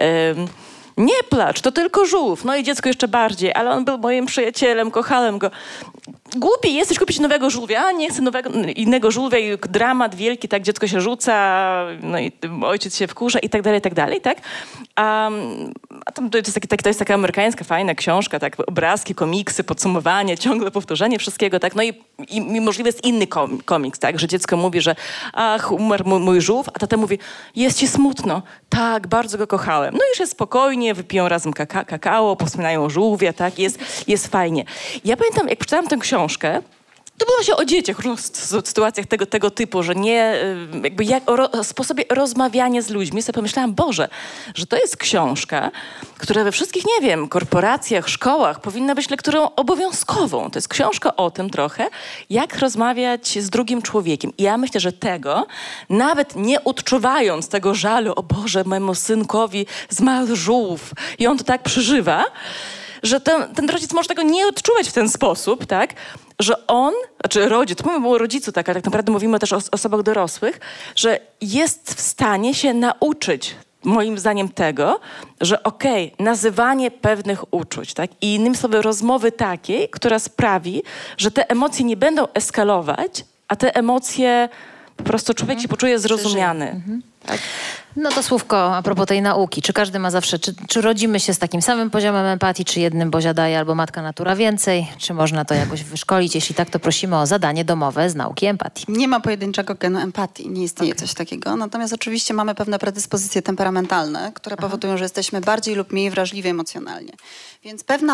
nie placz, to tylko żółw. No i dziecko jeszcze bardziej, ale on był moim przyjacielem, kochałem go. Głupi jesteś kupić nowego żółwia, nie chcę innego żółwia i dramat wielki, tak, dziecko się rzuca, no i ojciec się wkurza i tak dalej, tak. A to jest taka amerykańska, fajna książka, tak, obrazki, komiksy, podsumowanie, ciągle powtórzenie wszystkiego, tak, no i możliwy jest inny komiks, tak, że dziecko mówi, że ach, umarł mój żółw, a tata mówi, jest ci smutno, tak, bardzo go kochałem. No już jest spokojnie, wypiją razem kakao, powspominają o żółwia, tak, jest fajnie. Ja pamiętam, jak przeczytałam tę książkę, to było się o dzieciach, w różnych sytuacjach tego typu, że nie, jakby o sposobie rozmawiania z ludźmi. Sobie pomyślałam, Boże, że to jest książka, która we wszystkich, nie wiem, korporacjach, szkołach powinna być lekturą obowiązkową. To jest książka o tym trochę, jak rozmawiać z drugim człowiekiem. I ja myślę, że tego, nawet nie odczuwając tego żalu, o Boże, mojemu synkowi zmarł żółw i on to tak przeżywa, że ten rodzic może tego nie odczuwać w ten sposób, tak? Że on, znaczy rodzic, mówimy o rodzicu, tak, ale tak naprawdę mówimy też o osobach dorosłych, że jest w stanie się nauczyć, moim zdaniem, tego, że nazywanie pewnych uczuć, tak? I innymi słowy rozmowy takiej, która sprawi, że te emocje nie będą eskalować, a te emocje po prostu człowiek się poczuje zrozumiany. Tak? No to słówko a propos tej nauki. Czy każdy ma zawsze, czy rodzimy się z takim samym poziomem empatii, czy jednym Bozia daje albo matka natura więcej? Czy można to jakoś wyszkolić? Jeśli tak, to prosimy o zadanie domowe z nauki empatii. Nie ma pojedynczego genu empatii, nie istnieje coś takiego. Natomiast oczywiście mamy pewne predyspozycje temperamentalne, które powodują, że jesteśmy bardziej lub mniej wrażliwi emocjonalnie. Więc pewna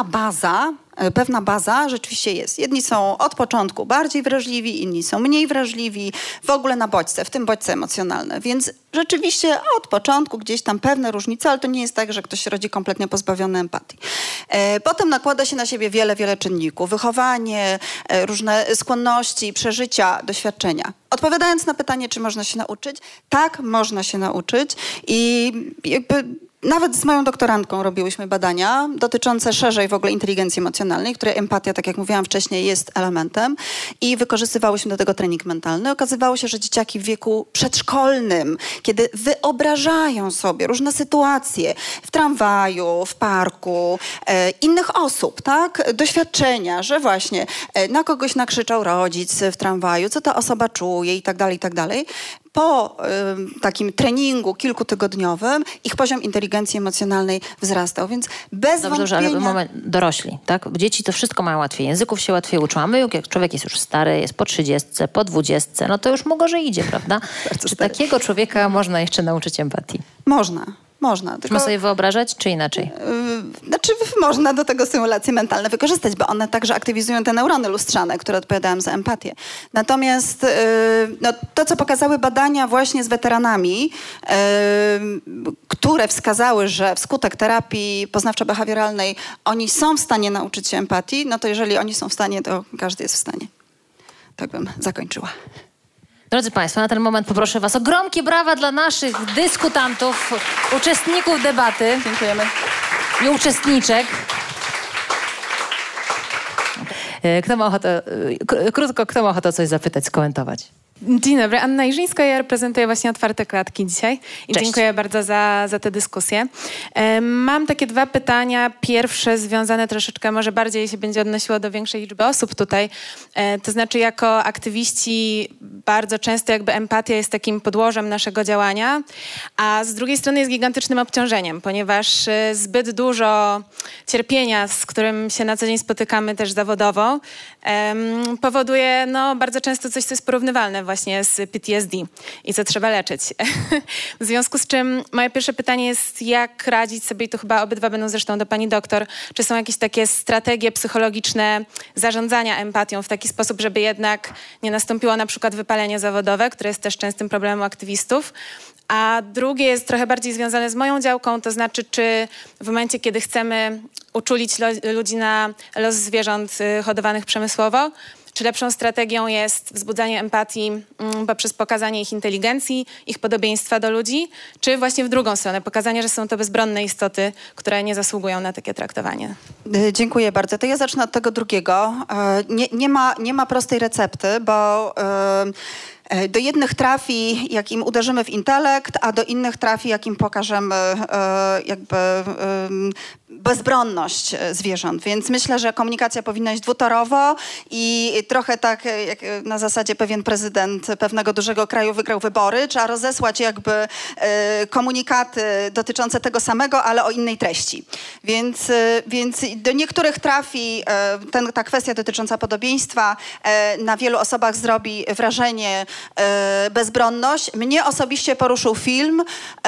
baza rzeczywiście jest. Jedni są od początku bardziej wrażliwi, inni są mniej wrażliwi, w ogóle na bodźce, w tym bodźce emocjonalne. Więc rzeczywiście od początku gdzieś tam pewne różnice, ale to nie jest tak, że ktoś się rodzi kompletnie pozbawiony empatii. Potem nakłada się na siebie wiele czynników. Wychowanie, różne skłonności, przeżycia, doświadczenia. Odpowiadając na pytanie, czy można się nauczyć, tak, można się nauczyć i jakby nawet z moją doktorantką robiłyśmy badania dotyczące szerzej w ogóle inteligencji emocjonalnej, której empatia, tak jak mówiłam wcześniej, jest elementem i wykorzystywałyśmy do tego trening mentalny. Okazywało się, że dzieciaki w wieku przedszkolnym, kiedy wyobrażają sobie różne sytuacje w tramwaju, w parku, innych osób, tak? Doświadczenia, że właśnie na kogoś nakrzyczał rodzic w tramwaju, co ta osoba czuje i tak dalej, po takim treningu kilkutygodniowym ich poziom inteligencji emocjonalnej wzrastał, więc bez Dobrze, wątpienia... ale moment, dorośli, tak? Dzieci to wszystko mają łatwiej, języków się łatwiej uczą, a my, jak człowiek jest już stary, jest po 30, po 20, no to już mu gorzej idzie, prawda? Czy takiego człowieka można jeszcze nauczyć empatii? Można. Tylko... sobie wyobrażać, czy inaczej? Znaczy można do tego symulacje mentalne wykorzystać, bo one także aktywizują te neurony lustrzane, które odpowiadają za empatię. Natomiast to, co pokazały badania właśnie z weteranami, które wskazały, że wskutek terapii poznawczo-behawioralnej oni są w stanie nauczyć się empatii, no to jeżeli oni są w stanie, to każdy jest w stanie. Tak bym zakończyła. Drodzy Państwo, na ten moment poproszę Was o gromkie brawa dla naszych dyskutantów, uczestników debaty. Dziękujemy. I uczestniczek. Kto ma ochotę, krótko, kto ma ochotę coś zapytać, skomentować? Dzień dobry, Anna Iżyńska, ja reprezentuję właśnie Otwarte Klatki dzisiaj i Cześć. dziękuję bardzo za tę dyskusję. Mam takie 2 pytania. Pierwsze związane troszeczkę, może bardziej się będzie odnosiło do większej liczby osób tutaj. To znaczy jako aktywiści bardzo często jakby empatia jest takim podłożem naszego działania, a z drugiej strony jest gigantycznym obciążeniem, ponieważ zbyt dużo cierpienia, z którym się na co dzień spotykamy też zawodowo, powoduje bardzo często coś, co jest porównywalne właśnie z PTSD i co trzeba leczyć. W związku z czym moje pierwsze pytanie jest, jak radzić sobie, i to chyba obydwa będą zresztą do pani doktor, czy są jakieś takie strategie psychologiczne zarządzania empatią w taki sposób, żeby jednak nie nastąpiło na przykład wypalenie zawodowe, które jest też częstym problemem aktywistów. A drugie jest trochę bardziej związane z moją działką, to znaczy, czy w momencie, kiedy chcemy uczulić ludzi na los zwierząt hodowanych przemysłowo, czy lepszą strategią jest wzbudzanie empatii poprzez pokazanie ich inteligencji, ich podobieństwa do ludzi, czy właśnie w drugą stronę, pokazanie, że są to bezbronne istoty, które nie zasługują na takie traktowanie? Dziękuję bardzo. To ja zacznę od tego drugiego. Nie ma prostej recepty, bo do jednych trafi, jak im uderzymy w intelekt, a do innych trafi, jak im pokażemy bezbronność zwierząt. Więc myślę, że komunikacja powinna iść dwutorowo i trochę tak jak na zasadzie pewien prezydent pewnego dużego kraju wygrał wybory, trzeba rozesłać komunikaty dotyczące tego samego, ale o innej treści. Więc do niektórych trafi ta kwestia dotycząca podobieństwa na wielu osobach zrobi wrażenie bezbronność. Mnie osobiście poruszył film,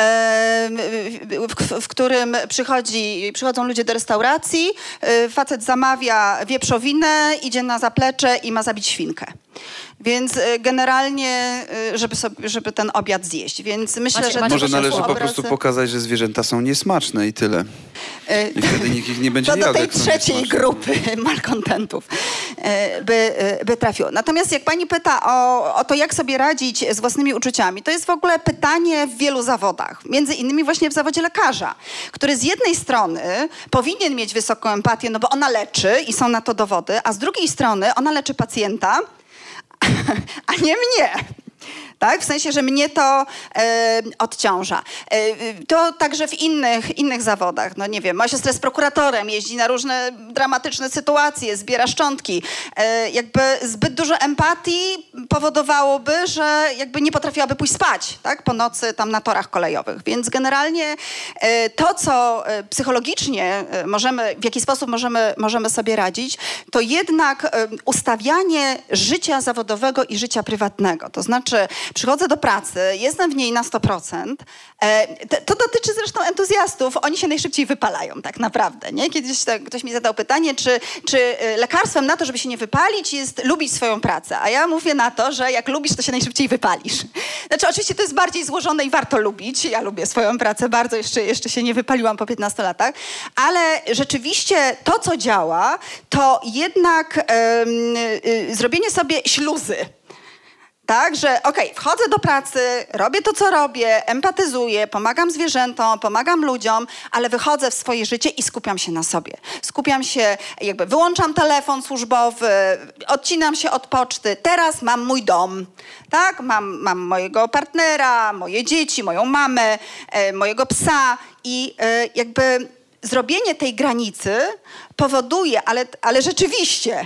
w którym przychodzą ludzie do restauracji, facet zamawia wieprzowinę, idzie na zaplecze i ma zabić świnkę. Więc generalnie, żeby ten obiad zjeść. Więc myślę, że... Może należy po prostu pokazać, że zwierzęta są niesmaczne i tyle. I wtedy nikt ich nie będzie jadł. To do tej trzeciej grupy malkontentów by trafiło. Natomiast jak pani pyta o to, jak sobie radzić z własnymi uczuciami, to jest w ogóle pytanie w wielu zawodach. Między innymi właśnie w zawodzie lekarza, który z jednej strony powinien mieć wysoką empatię, no bo ona leczy i są na to dowody, a z drugiej strony ona leczy pacjenta, a nie mnie. Tak? W sensie, że mnie to odciąża. To także w innych zawodach. No nie wiem, moja siostra jest prokuratorem, jeździ na różne dramatyczne sytuacje, zbiera szczątki. Jakby zbyt dużo empatii powodowałoby, że jakby nie potrafiłaby pójść spać, tak? Po nocy tam na torach kolejowych. Więc generalnie to, co psychologicznie w jaki sposób możemy sobie radzić, to jednak ustawianie życia zawodowego i życia prywatnego. To znaczy przychodzę do pracy, jestem w niej na 100%. To dotyczy zresztą entuzjastów. Oni się najszybciej wypalają tak naprawdę. Nie? Kiedyś ktoś mi zadał pytanie, czy lekarstwem na to, żeby się nie wypalić, jest lubić swoją pracę. A ja mówię na to, że jak lubisz, to się najszybciej wypalisz. Znaczy oczywiście to jest bardziej złożone i warto lubić. Ja lubię swoją pracę bardzo. Jeszcze się nie wypaliłam po 15 latach. Ale rzeczywiście to, co działa, to jednak zrobienie sobie śluzy. Tak, że wchodzę do pracy, robię to, co robię, empatyzuję, pomagam zwierzętom, pomagam ludziom, ale wychodzę w swoje życie i skupiam się na sobie. Skupiam się, wyłączam telefon służbowy, odcinam się od poczty. Teraz mam mój dom, tak? Mam mojego partnera, moje dzieci, moją mamę, mojego psa i zrobienie tej granicy powoduje, ale rzeczywiście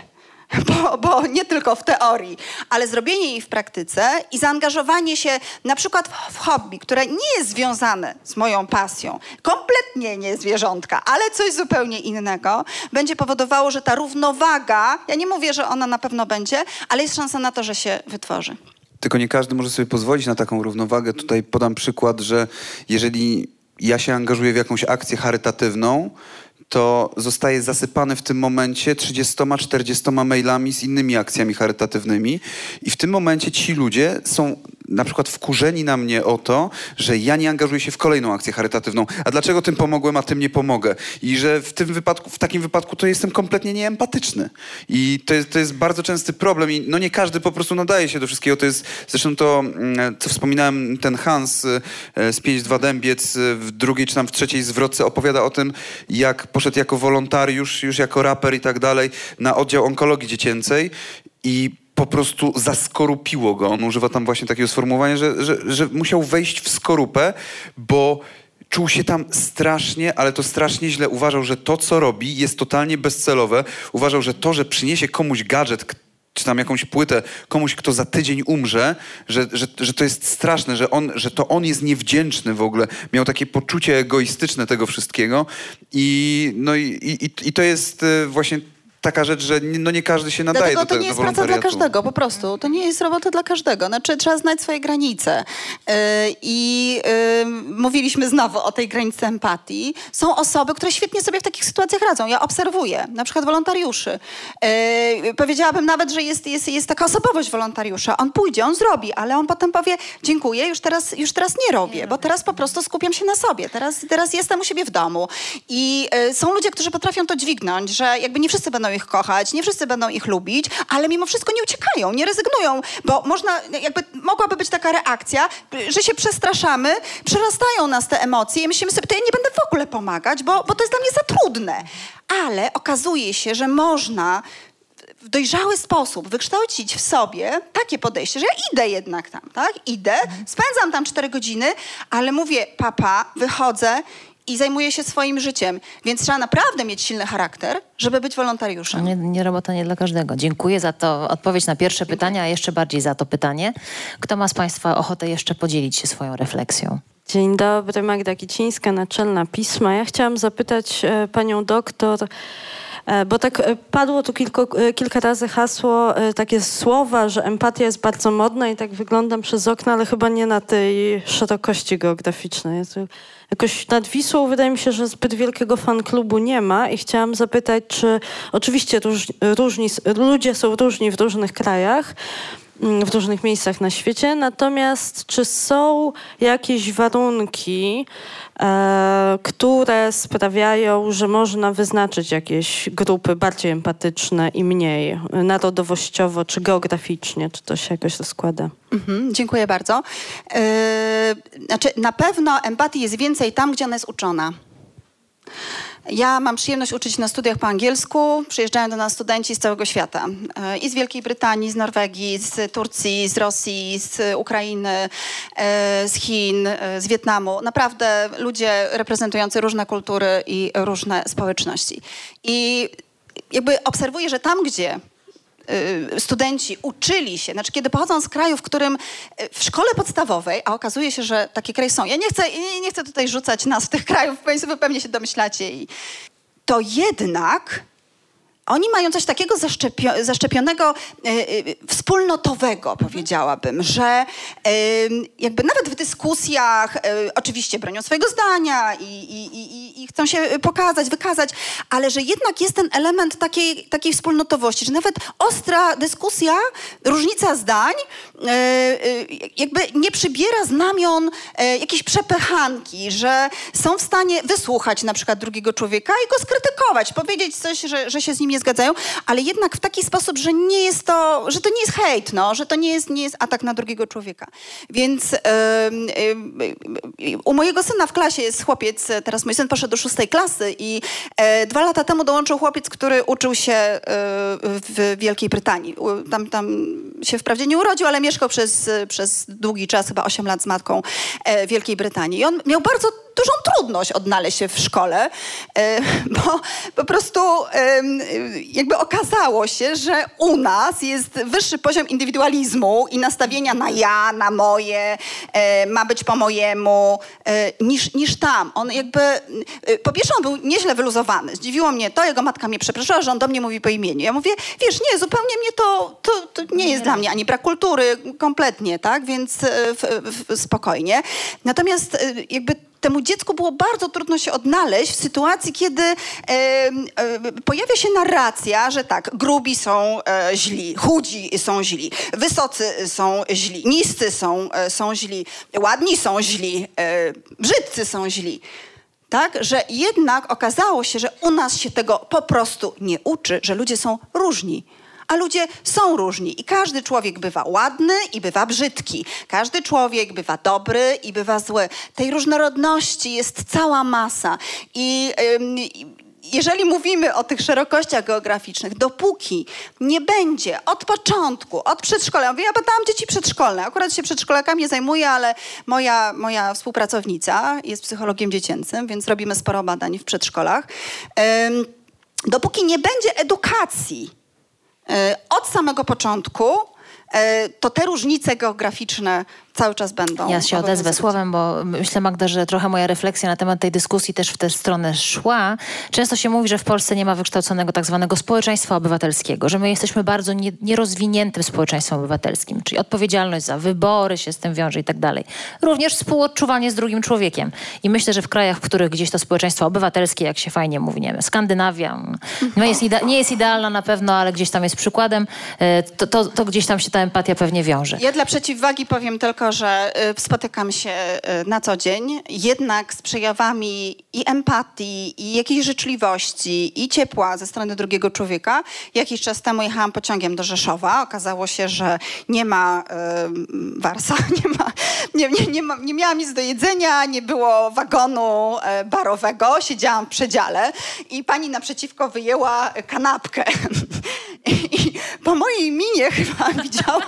bo nie tylko w teorii, ale zrobienie jej w praktyce i zaangażowanie się na przykład w hobby, które nie jest związane z moją pasją, kompletnie nie zwierzątka, ale coś zupełnie innego, będzie powodowało, że ta równowaga, ja nie mówię, że ona na pewno będzie, ale jest szansa na to, że się wytworzy. Tylko nie każdy może sobie pozwolić na taką równowagę. Tutaj podam przykład, że jeżeli ja się angażuję w jakąś akcję charytatywną, to zostaje zasypany w tym momencie 30-40 mailami z innymi akcjami charytatywnymi i w tym momencie ci ludzie są na przykład wkurzeni na mnie o to, że ja nie angażuję się w kolejną akcję charytatywną. A dlaczego tym pomogłem, a tym nie pomogę? I że w takim wypadku to jestem kompletnie nieempatyczny. I to jest bardzo częsty problem i no nie każdy po prostu nadaje się do wszystkiego. To jest zresztą to, co wspominałem, ten Hans z 5-2 Dębiec w drugiej czy tam w trzeciej zwrotce opowiada o tym, jak poszedł jako wolontariusz, już jako raper i tak dalej, na oddział onkologii dziecięcej i po prostu zaskorupiło go. On używa tam właśnie takiego sformułowania, że musiał wejść w skorupę, bo czuł się tam strasznie, ale to strasznie źle. Uważał, że to, co robi, jest totalnie bezcelowe. Uważał, że to, że przyniesie komuś gadżet, czy tam jakąś płytę komuś, kto za tydzień umrze, że to jest straszne, że to on jest niewdzięczny w ogóle. Miał takie poczucie egoistyczne tego wszystkiego i to jest właśnie taka rzecz, że nie każdy się nadaje do to nie jest praca dla każdego, po prostu. To nie jest robota dla każdego. Znaczy, trzeba znać swoje granice. Mówiliśmy znowu o tej granicy empatii. Są osoby, które świetnie sobie w takich sytuacjach radzą. Ja obserwuję, na przykład wolontariuszy. Powiedziałabym nawet, że jest taka osobowość wolontariusza. On pójdzie, on zrobi, ale on potem powie, dziękuję, już teraz nie robię, bo teraz po prostu skupiam się na sobie. Teraz jestem u siebie w domu. I są ludzie, którzy potrafią to dźwignąć, że jakby nie wszyscy będą ich kochać, nie wszyscy będą ich lubić, ale mimo wszystko nie uciekają, nie rezygnują, bo mogłaby być taka reakcja, że się przestraszamy, przerastają nas te emocje i myślimy sobie, to ja nie będę w ogóle pomagać, bo to jest dla mnie za trudne. Ale okazuje się, że można w dojrzały sposób wykształcić w sobie takie podejście, że ja idę jednak tam, tak? Idę, spędzam tam 4 godziny, ale mówię, papa, wychodzę i zajmuje się swoim życiem. Więc trzeba naprawdę mieć silny charakter, żeby być wolontariuszem. Robota nie dla każdego. Dziękuję za to odpowiedź na pierwsze pytanie, a jeszcze bardziej za to pytanie. Kto ma z Państwa ochotę jeszcze podzielić się swoją refleksją? Dzień dobry, Magda Kicińska, Naczelna Pisma. Ja chciałam zapytać panią doktor, bo tak padło tu kilka razy hasło, takie słowa, że empatia jest bardzo modna i tak wyglądam przez okno, ale chyba nie na tej szerokości geograficznej. Jakoś nad Wisłą wydaje mi się, że zbyt wielkiego fan-klubu nie ma i chciałam zapytać, czy oczywiście ludzie są różni w różnych krajach, w różnych miejscach na świecie, natomiast czy są jakieś warunki, które sprawiają, że można wyznaczyć jakieś grupy bardziej empatyczne i mniej, narodowościowo czy geograficznie, czy to się jakoś rozkłada? Dziękuję bardzo. Na pewno empatii jest więcej tam, gdzie ona jest uczona. Ja mam przyjemność uczyć na studiach po angielsku. Przyjeżdżają do nas studenci z całego świata. I z Wielkiej Brytanii, z Norwegii, z Turcji, z Rosji, z Ukrainy, z Chin, z Wietnamu. Naprawdę ludzie reprezentujący różne kultury i różne społeczności. I jakby obserwuję, że tam, gdzie studenci uczyli się, znaczy kiedy pochodzą z kraju, w którym w szkole podstawowej, a okazuje się, że takie kraje są, ja nie chcę tutaj rzucać nazw tych krajów, Państwo wy pewnie się domyślacie, to jednak oni mają coś takiego zaszczepionego, wspólnotowego, powiedziałabym, że jakby nawet w dyskusjach oczywiście bronią swojego zdania i chcą się pokazać, wykazać, ale że jednak jest ten element takiej wspólnotowości, że nawet ostra dyskusja, różnica zdań jakby nie przybiera znamion jakiejś przepychanki, że są w stanie wysłuchać na przykład drugiego człowieka i go skrytykować, powiedzieć coś, że się z nim nie zgadzają, ale jednak w taki sposób, że nie jest to, że to nie jest hejt, że to nie jest atak na drugiego człowieka. Więc u mojego syna w klasie jest chłopiec, teraz mój syn poszedł do 6. klasy i 2 lata temu dołączył chłopiec, który uczył się w Wielkiej Brytanii. Tam się wprawdzie nie urodził, ale mieszkał przez długi czas, chyba 8 lat z matką w Wielkiej Brytanii. I on miał bardzo dużą trudność odnaleźć się w szkole, bo po prostu jakby okazało się, że u nas jest wyższy poziom indywidualizmu i nastawienia na ja, na moje, ma być po mojemu, niż tam. On jakby, po pierwsze on był nieźle wyluzowany. Zdziwiło mnie to, jego matka mnie przepraszała, że on do mnie mówi po imieniu. Ja mówię, wiesz, nie, zupełnie mnie to nie jest dla mnie ani brak kultury, kompletnie, tak, więc spokojnie. Natomiast jakby temu dziecku było bardzo trudno się odnaleźć w sytuacji, kiedy pojawia się narracja, że tak, grubi są źli, chudzi są źli, wysocy są źli, niscy są źli, ładni są źli, brzydcy są źli. Tak, że jednak okazało się, że u nas się tego po prostu nie uczy, że ludzie są różni. A ludzie są różni i każdy człowiek bywa ładny i bywa brzydki. Każdy człowiek bywa dobry i bywa zły. Tej różnorodności jest cała masa. I jeżeli mówimy o tych szerokościach geograficznych, dopóki nie będzie od początku, od przedszkola, ja badałam dzieci przedszkolne, akurat się przedszkolakami nie zajmuję, ale moja współpracownica jest psychologiem dziecięcym, więc robimy sporo badań w przedszkolach. Dopóki nie będzie edukacji od samego początku, to te różnice geograficzne cały czas będą. Ja się odezwę słowem, bo myślę, Magda, że trochę moja refleksja na temat tej dyskusji też w tę stronę szła. Często się mówi, że w Polsce nie ma wykształconego tak zwanego społeczeństwa obywatelskiego, że my jesteśmy bardzo nierozwiniętym społeczeństwem obywatelskim, czyli odpowiedzialność za wybory się z tym wiąże i tak dalej. Również współodczuwanie z drugim człowiekiem. I myślę, że w krajach, w których gdzieś to społeczeństwo obywatelskie, jak się fajnie mówi, nie wiem, Skandynawia, nie jest idealna na pewno, ale gdzieś tam jest przykładem, to gdzieś tam się ta empatia pewnie wiąże. Ja dla przeciwwagi powiem tylko, że spotykam się na co dzień, jednak z przejawami i empatii, i jakiejś życzliwości, i ciepła ze strony drugiego człowieka. Jakiś czas temu jechałam pociągiem do Rzeszowa. Okazało się, że nie ma warsa, nie miałam nic do jedzenia, nie było wagonu barowego. Siedziałam w przedziale i pani naprzeciwko wyjęła kanapkę. I po mojej minie chyba widziała,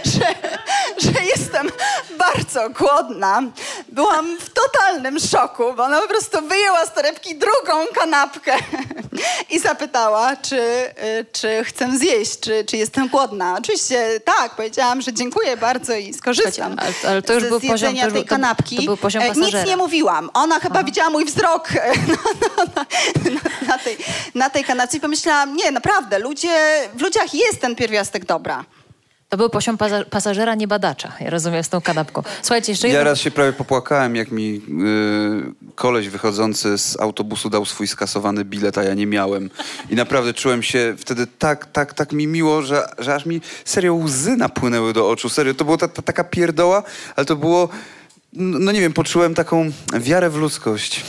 że jestem bardzo głodna. Byłam w totalnym szoku, bo ona po prostu wyjęła z torebki drugą kanapkę i zapytała, czy chcę zjeść, czy jestem głodna. Oczywiście tak, powiedziałam, że dziękuję bardzo i skorzystam ale to już był poziom tej kanapki. To był poziom pasażera. Nic nie mówiłam. Ona chyba widziała mój wzrok na tej kanapce i pomyślałam, nie, naprawdę, w ludziach jest ten pierwiastek dobra. To był poziom pasażera, nie badacza, ja rozumiem, z tą kanapką. Słuchajcie, jeszcze Ja raz się prawie popłakałem, jak mi koleś wychodzący z autobusu dał swój skasowany bilet, a ja nie miałem. I naprawdę czułem się wtedy tak mi miło, że aż mi serio łzy napłynęły do oczu. Serio, to była taka pierdoła, ale to było, no nie wiem, poczułem taką wiarę w ludzkość.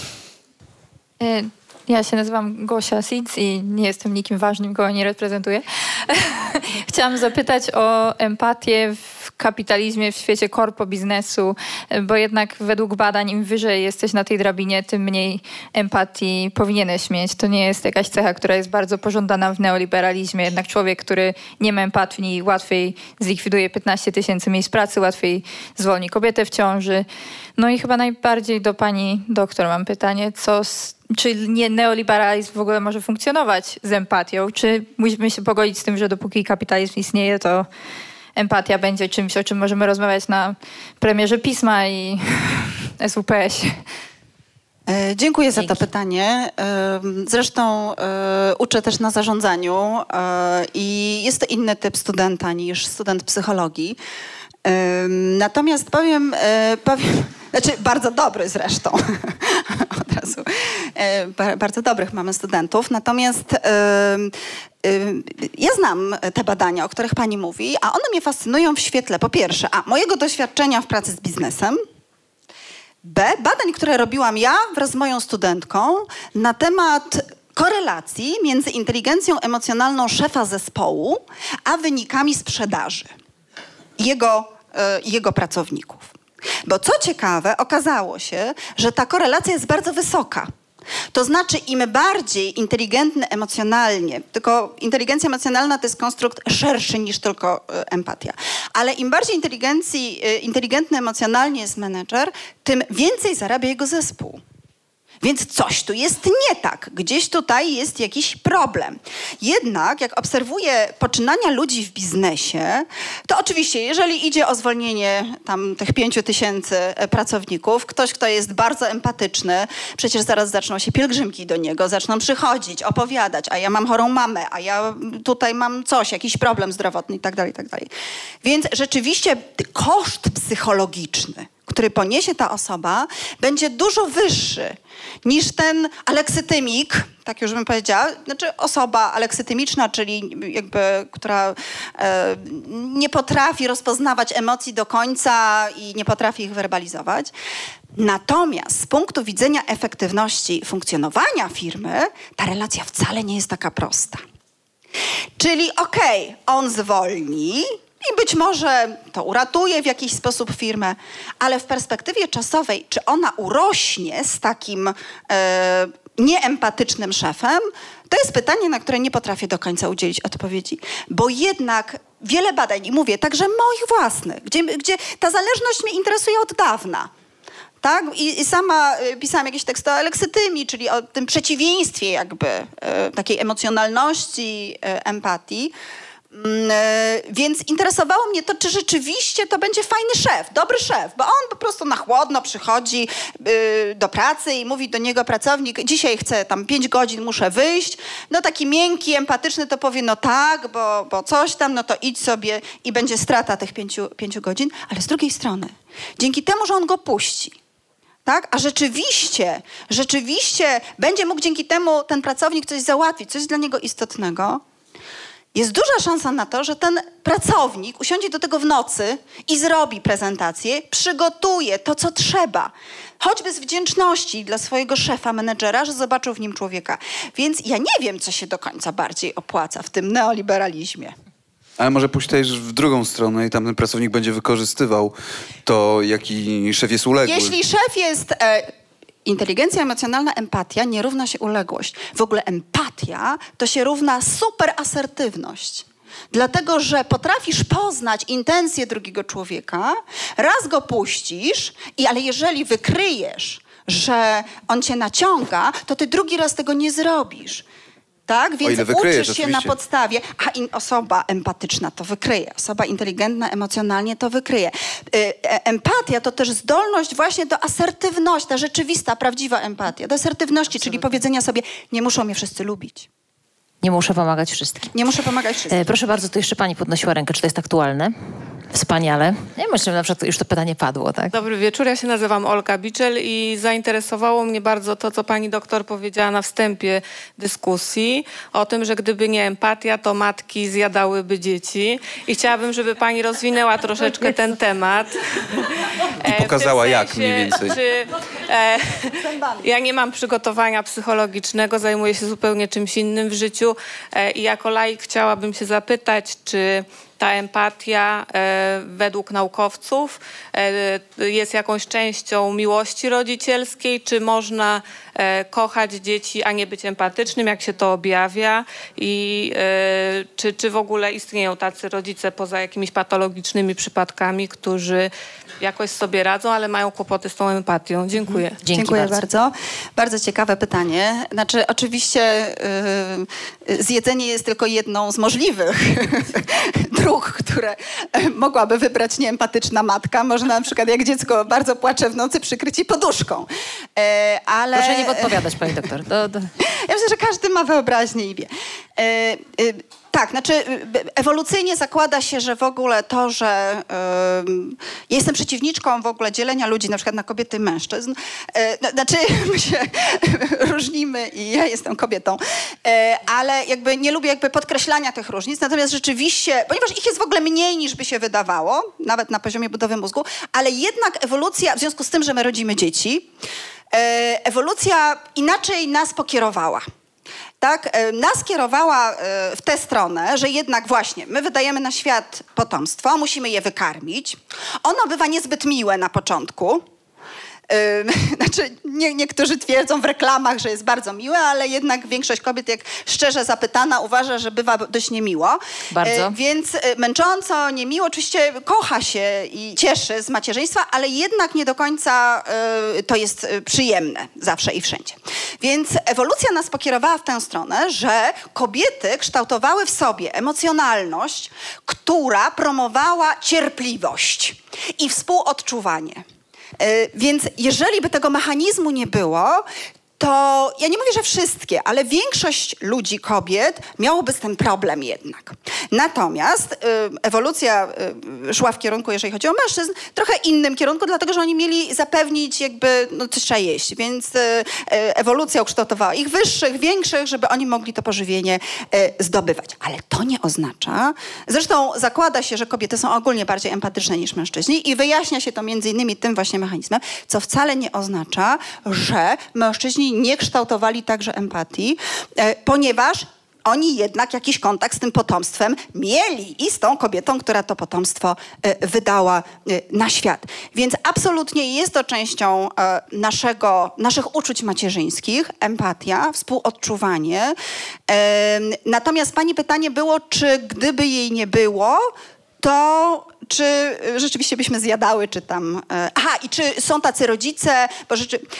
Ja się nazywam Gosia Sic i nie jestem nikim ważnym, kogo nie reprezentuję. Chciałam zapytać o empatię w kapitalizmie, w świecie korpo biznesu, bo jednak według badań im wyżej jesteś na tej drabinie, tym mniej empatii powinieneś mieć. To nie jest jakaś cecha, która jest bardzo pożądana w neoliberalizmie. Jednak człowiek, który nie ma empatii, łatwiej zlikwiduje 15 000 miejsc pracy, łatwiej zwolni kobietę w ciąży. No i chyba najbardziej do pani doktor mam pytanie, czy nie neoliberalizm w ogóle może funkcjonować z empatią? Czy musimy się pogodzić z tym, że dopóki kapitalizm istnieje, to empatia będzie czymś, o czym możemy rozmawiać na premierze pisma i SWPS-ie? Dziękuję za to pytanie. Zresztą uczę też na zarządzaniu i jest to inny typ studenta niż student psychologii. Natomiast powiem, znaczy bardzo dobry zresztą, od razu, bardzo dobrych mamy studentów, natomiast ja znam te badania, o których pani mówi, a one mnie fascynują w świetle, po pierwsze, mojego doświadczenia w pracy z biznesem, B, badań, które robiłam ja wraz z moją studentką na temat korelacji między inteligencją emocjonalną szefa zespołu, a wynikami sprzedaży jego pracowników. Bo co ciekawe, okazało się, że ta korelacja jest bardzo wysoka. To znaczy, im bardziej inteligentny emocjonalnie, tylko inteligencja emocjonalna to jest konstrukt szerszy niż tylko empatia, ale im bardziej inteligentny emocjonalnie jest menedżer, tym więcej zarabia jego zespół. Więc coś tu jest nie tak. Gdzieś tutaj jest jakiś problem. Jednak jak obserwuję poczynania ludzi w biznesie, to oczywiście, jeżeli idzie o zwolnienie tam tych 5000 pracowników, ktoś, kto jest bardzo empatyczny, przecież zaraz zaczną się pielgrzymki do niego, zaczną przychodzić, opowiadać, a ja mam chorą mamę, a ja tutaj mam coś, jakiś problem zdrowotny i tak dalej, i tak dalej. Więc rzeczywiście koszt psychologiczny, który poniesie ta osoba, będzie dużo wyższy niż ten aleksytymik, tak już bym powiedziała, znaczy osoba aleksytymiczna, czyli jakby, która nie potrafi rozpoznawać emocji do końca i nie potrafi ich werbalizować. Natomiast z punktu widzenia efektywności funkcjonowania firmy, ta relacja wcale nie jest taka prosta. Czyli on zwolni, i być może to uratuje w jakiś sposób firmę, ale w perspektywie czasowej, czy ona urośnie z takim nieempatycznym szefem, to jest pytanie, na które nie potrafię do końca udzielić odpowiedzi. Bo jednak wiele badań, i mówię, także moich własnych, gdzie ta zależność mnie interesuje od dawna. Tak? I sama pisałam jakieś teksty o aleksytymii, czyli o tym przeciwieństwie jakby takiej emocjonalności, empatii. Więc interesowało mnie to, czy rzeczywiście to będzie fajny szef, dobry szef, bo on po prostu na chłodno przychodzi do pracy i mówi do niego pracownik, dzisiaj chcę tam 5 godzin, muszę wyjść. No taki miękki, empatyczny to powie, no tak, bo coś tam, no to idź sobie i będzie strata tych 5 godzin. Ale z drugiej strony, dzięki temu, że on go puści, tak? A rzeczywiście będzie mógł dzięki temu ten pracownik coś załatwić, coś dla niego istotnego, jest duża szansa na to, że ten pracownik usiądzie do tego w nocy i zrobi prezentację, przygotuje to, co trzeba. Choćby z wdzięczności dla swojego szefa, menedżera, że zobaczył w nim człowieka. Więc ja nie wiem, co się do końca bardziej opłaca w tym neoliberalizmie. Ale może pójść też w drugą stronę i tamten pracownik będzie wykorzystywał to, jaki szef jest uległy. Jeśli szef jest... Inteligencja emocjonalna, empatia nie równa się uległość. W ogóle empatia to się równa superasertywność. Dlatego, że potrafisz poznać intencje drugiego człowieka, raz go puścisz, ale jeżeli wykryjesz, że on cię naciąga, to ty drugi raz tego nie zrobisz. Tak? Więc uczysz się na podstawie, a osoba empatyczna to wykryje, osoba inteligentna emocjonalnie to wykryje. Empatia to też zdolność właśnie do asertywności, ta rzeczywista, prawdziwa empatia, do asertywności, czyli powiedzenia sobie, nie muszą mnie wszyscy lubić. Nie muszę pomagać wszystkim. Nie muszę pomagać wszystkim. Proszę bardzo, tu jeszcze pani podnosiła rękę, czy to jest aktualne? Wspaniale. Ja myślę, że na przykład już to pytanie padło, tak? Dobry wieczór, ja się nazywam Olga Biczel i zainteresowało mnie bardzo to, co pani doktor powiedziała na wstępie dyskusji o tym, że gdyby nie empatia, to matki zjadałyby dzieci. I chciałabym, żeby pani rozwinęła troszeczkę ten temat. I pokazała jak mniej więcej. Ja nie mam przygotowania psychologicznego, zajmuję się zupełnie czymś innym w życiu i jako laik chciałabym się zapytać, czy ta empatia według naukowców jest jakąś częścią miłości rodzicielskiej, czy można kochać dzieci, a nie być empatycznym, jak się to objawia i czy w ogóle istnieją tacy rodzice poza jakimiś patologicznymi przypadkami, którzy jakoś sobie radzą, ale mają kłopoty z tą empatią. Dziękuję. Dziękuję bardzo. Bardzo ciekawe pytanie. Znaczy oczywiście zjedzenie jest tylko jedną z możliwych dróg, które mogłaby wybrać nieempatyczna matka. Można na przykład jak dziecko bardzo płacze w nocy przykryć je poduszką. Ale... Proszę nie odpowiadać, pani doktor. Ja myślę, że każdy ma wyobraźnię i wie. Tak, znaczy ewolucyjnie zakłada się, że w ogóle to, że ja jestem przeciwniczką w ogóle dzielenia ludzi na przykład na kobiety i mężczyzn. Znaczy my się różnimy i ja jestem kobietą, ale jakby nie lubię jakby podkreślania tych różnic. Natomiast rzeczywiście, ponieważ ich jest w ogóle mniej niż by się wydawało, nawet na poziomie budowy mózgu, ale jednak ewolucja, w związku z tym, że my rodzimy dzieci, ewolucja inaczej nas pokierowała. Tak, nas kierowała w tę stronę, że jednak właśnie my wydajemy na świat potomstwo, musimy je wykarmić. Ono bywa niezbyt miłe na początku. Znaczy, niektórzy twierdzą w reklamach, że jest bardzo miłe, ale jednak większość kobiet, jak szczerze zapytana, uważa, że bywa dość niemiło. Bardzo. Więc męcząco, niemiło, oczywiście kocha się i cieszy z macierzyństwa, ale jednak nie do końca to jest przyjemne zawsze i wszędzie. Więc ewolucja nas pokierowała w tę stronę, że kobiety kształtowały w sobie emocjonalność, która promowała cierpliwość i współodczuwanie. Więc jeżeli by tego mechanizmu nie było, to ja nie mówię, że wszystkie, ale większość ludzi, kobiet miałoby z tym problem jednak. Natomiast ewolucja szła w kierunku, jeżeli chodzi o mężczyzn, trochę innym kierunku, dlatego że oni mieli zapewnić jakby, coś trzeba jeść, więc ewolucja ukształtowała ich wyższych, większych, żeby oni mogli to pożywienie zdobywać. Ale to nie oznacza, zresztą zakłada się, że kobiety są ogólnie bardziej empatyczne niż mężczyźni i wyjaśnia się to między innymi tym właśnie mechanizmem, co wcale nie oznacza, że mężczyźni nie kształtowali także empatii, ponieważ oni jednak jakiś kontakt z tym potomstwem mieli i z tą kobietą, która to potomstwo wydała na świat. Więc absolutnie jest to częścią naszych uczuć macierzyńskich, empatia, współodczuwanie. Natomiast pani pytanie było, czy gdyby jej nie było, to czy rzeczywiście byśmy zjadały, czy tam... i czy są tacy rodzice, bo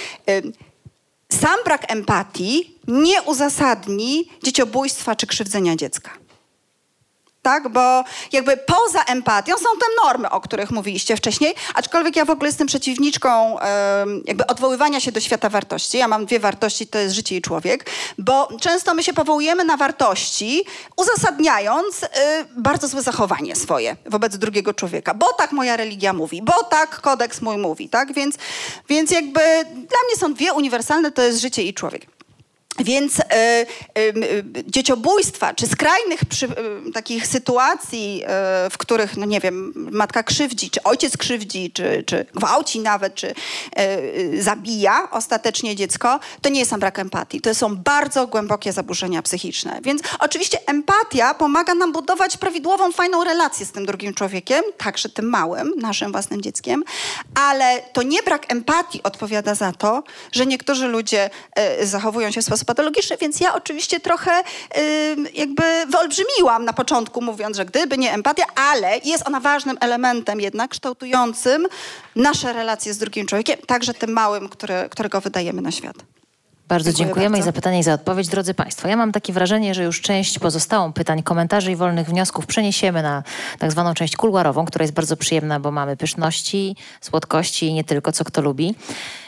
sam brak empatii nie uzasadni dzieciobójstwa czy krzywdzenia dziecka. Tak? Bo jakby poza empatią są te normy, o których mówiliście wcześniej, aczkolwiek ja w ogóle jestem przeciwniczką jakby odwoływania się do świata wartości. Ja mam 2 wartości, to jest życie i człowiek, bo często my się powołujemy na wartości, uzasadniając bardzo złe zachowanie swoje wobec drugiego człowieka, bo tak moja religia mówi, bo tak kodeks mój mówi, tak? Więc jakby dla mnie są 2 uniwersalne, to jest życie i człowiek. Więc dzieciobójstwa, czy skrajnych takich sytuacji, w których, no nie wiem, matka krzywdzi, czy ojciec krzywdzi, czy gwałci nawet, czy zabija ostatecznie dziecko, to nie jest sam brak empatii. To są bardzo głębokie zaburzenia psychiczne. Więc oczywiście empatia pomaga nam budować prawidłową, fajną relację z tym drugim człowiekiem, także tym małym, naszym własnym dzieckiem, ale to nie brak empatii odpowiada za to, że niektórzy ludzie zachowują się w sposób patologiczny, więc ja oczywiście trochę jakby wyolbrzymiłam na początku, mówiąc, że gdyby nie empatia, ale jest ona ważnym elementem jednak kształtującym nasze relacje z drugim człowiekiem, także tym małym, którego wydajemy na świat. Bardzo dziękujemy bardzo. i za pytanie i za odpowiedź. Drodzy Państwo, ja mam takie wrażenie, że już część pozostałą pytań, komentarzy i wolnych wniosków przeniesiemy na tak zwaną część kuluarową, która jest bardzo przyjemna, bo mamy pyszności, słodkości i nie tylko, co kto lubi.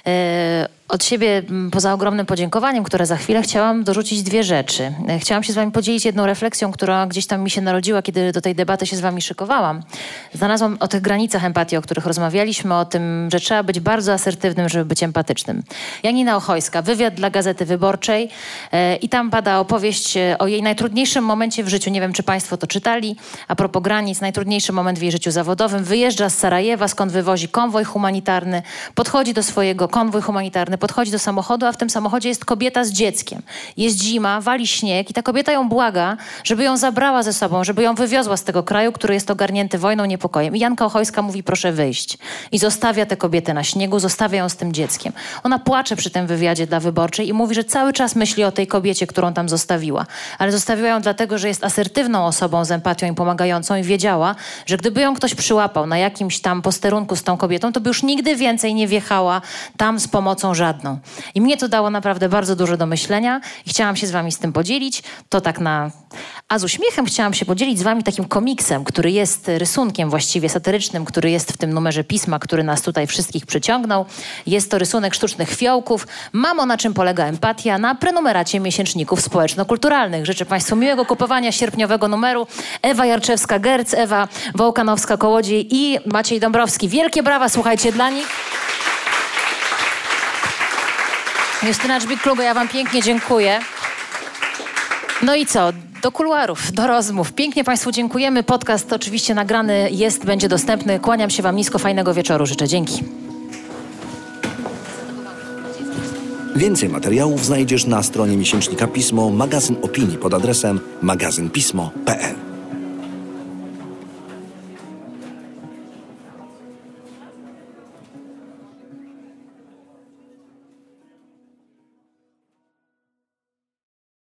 Od siebie, poza ogromnym podziękowaniem, które za chwilę, chciałam dorzucić 2 rzeczy. Chciałam się z wami podzielić jedną refleksją, która gdzieś tam mi się narodziła, kiedy do tej debaty się z wami szykowałam. Znalazłam o tych granicach empatii, o których rozmawialiśmy, o tym, że trzeba być bardzo asertywnym, żeby być empatycznym. Janina Ochojska, wywiad dla Gazety Wyborczej i tam pada opowieść o jej najtrudniejszym momencie w życiu. Nie wiem, czy państwo to czytali. A propos granic, najtrudniejszy moment w jej życiu zawodowym. Wyjeżdża z Sarajewa, skąd wywozi konwoj humanitarny, podchodzi do swojego konwój humanitarny, podchodzi do samochodu, a w tym samochodzie jest kobieta z dzieckiem. Jest zima, wali śnieg i ta kobieta ją błaga, żeby ją zabrała ze sobą, żeby ją wywiozła z tego kraju, który jest ogarnięty wojną, niepokojem. I Janka Ochojska mówi, proszę wyjść. I zostawia tę kobietę na śniegu, zostawia ją z tym dzieckiem. Ona płacze przy tym wywiadzie dla Wyborczej i mówi, że cały czas myśli o tej kobiecie, którą tam zostawiła. Ale zostawiła ją dlatego, że jest asertywną osobą z empatią i pomagającą i wiedziała, że gdyby ją ktoś przyłapał na jakimś tam posterunku z tą kobietą, to by już nigdy więcej nie wjechała tam z pomocą żadną. I mnie to dało naprawdę bardzo dużo do myślenia i chciałam się z wami z tym podzielić. To tak na... A z uśmiechem chciałam się podzielić z wami takim komiksem, który jest rysunkiem właściwie satyrycznym, który jest w tym numerze pisma, który nas tutaj wszystkich przyciągnął. Jest to rysunek sztucznych fiołków. Mamo, na czym polega empatia? Na prenumeracie miesięczników społeczno-kulturalnych. Życzę państwu miłego kupowania sierpniowego numeru. Ewa Jarczewska-Gerc, Ewa Wołkanowska-Kołodziej i Maciej Dąbrowski. Wielkie brawa, słuchajcie, dla nich. Justyna Dżbik-Klubo, ja wam pięknie dziękuję. No i co? Do kuluarów, do rozmów. Pięknie państwu dziękujemy. Podcast oczywiście nagrany jest, będzie dostępny. Kłaniam się wam nisko, fajnego wieczoru życzę. Dzięki. Więcej materiałów znajdziesz na stronie miesięcznika Pismo, magazyn opinii pod adresem magazynpismo.pl.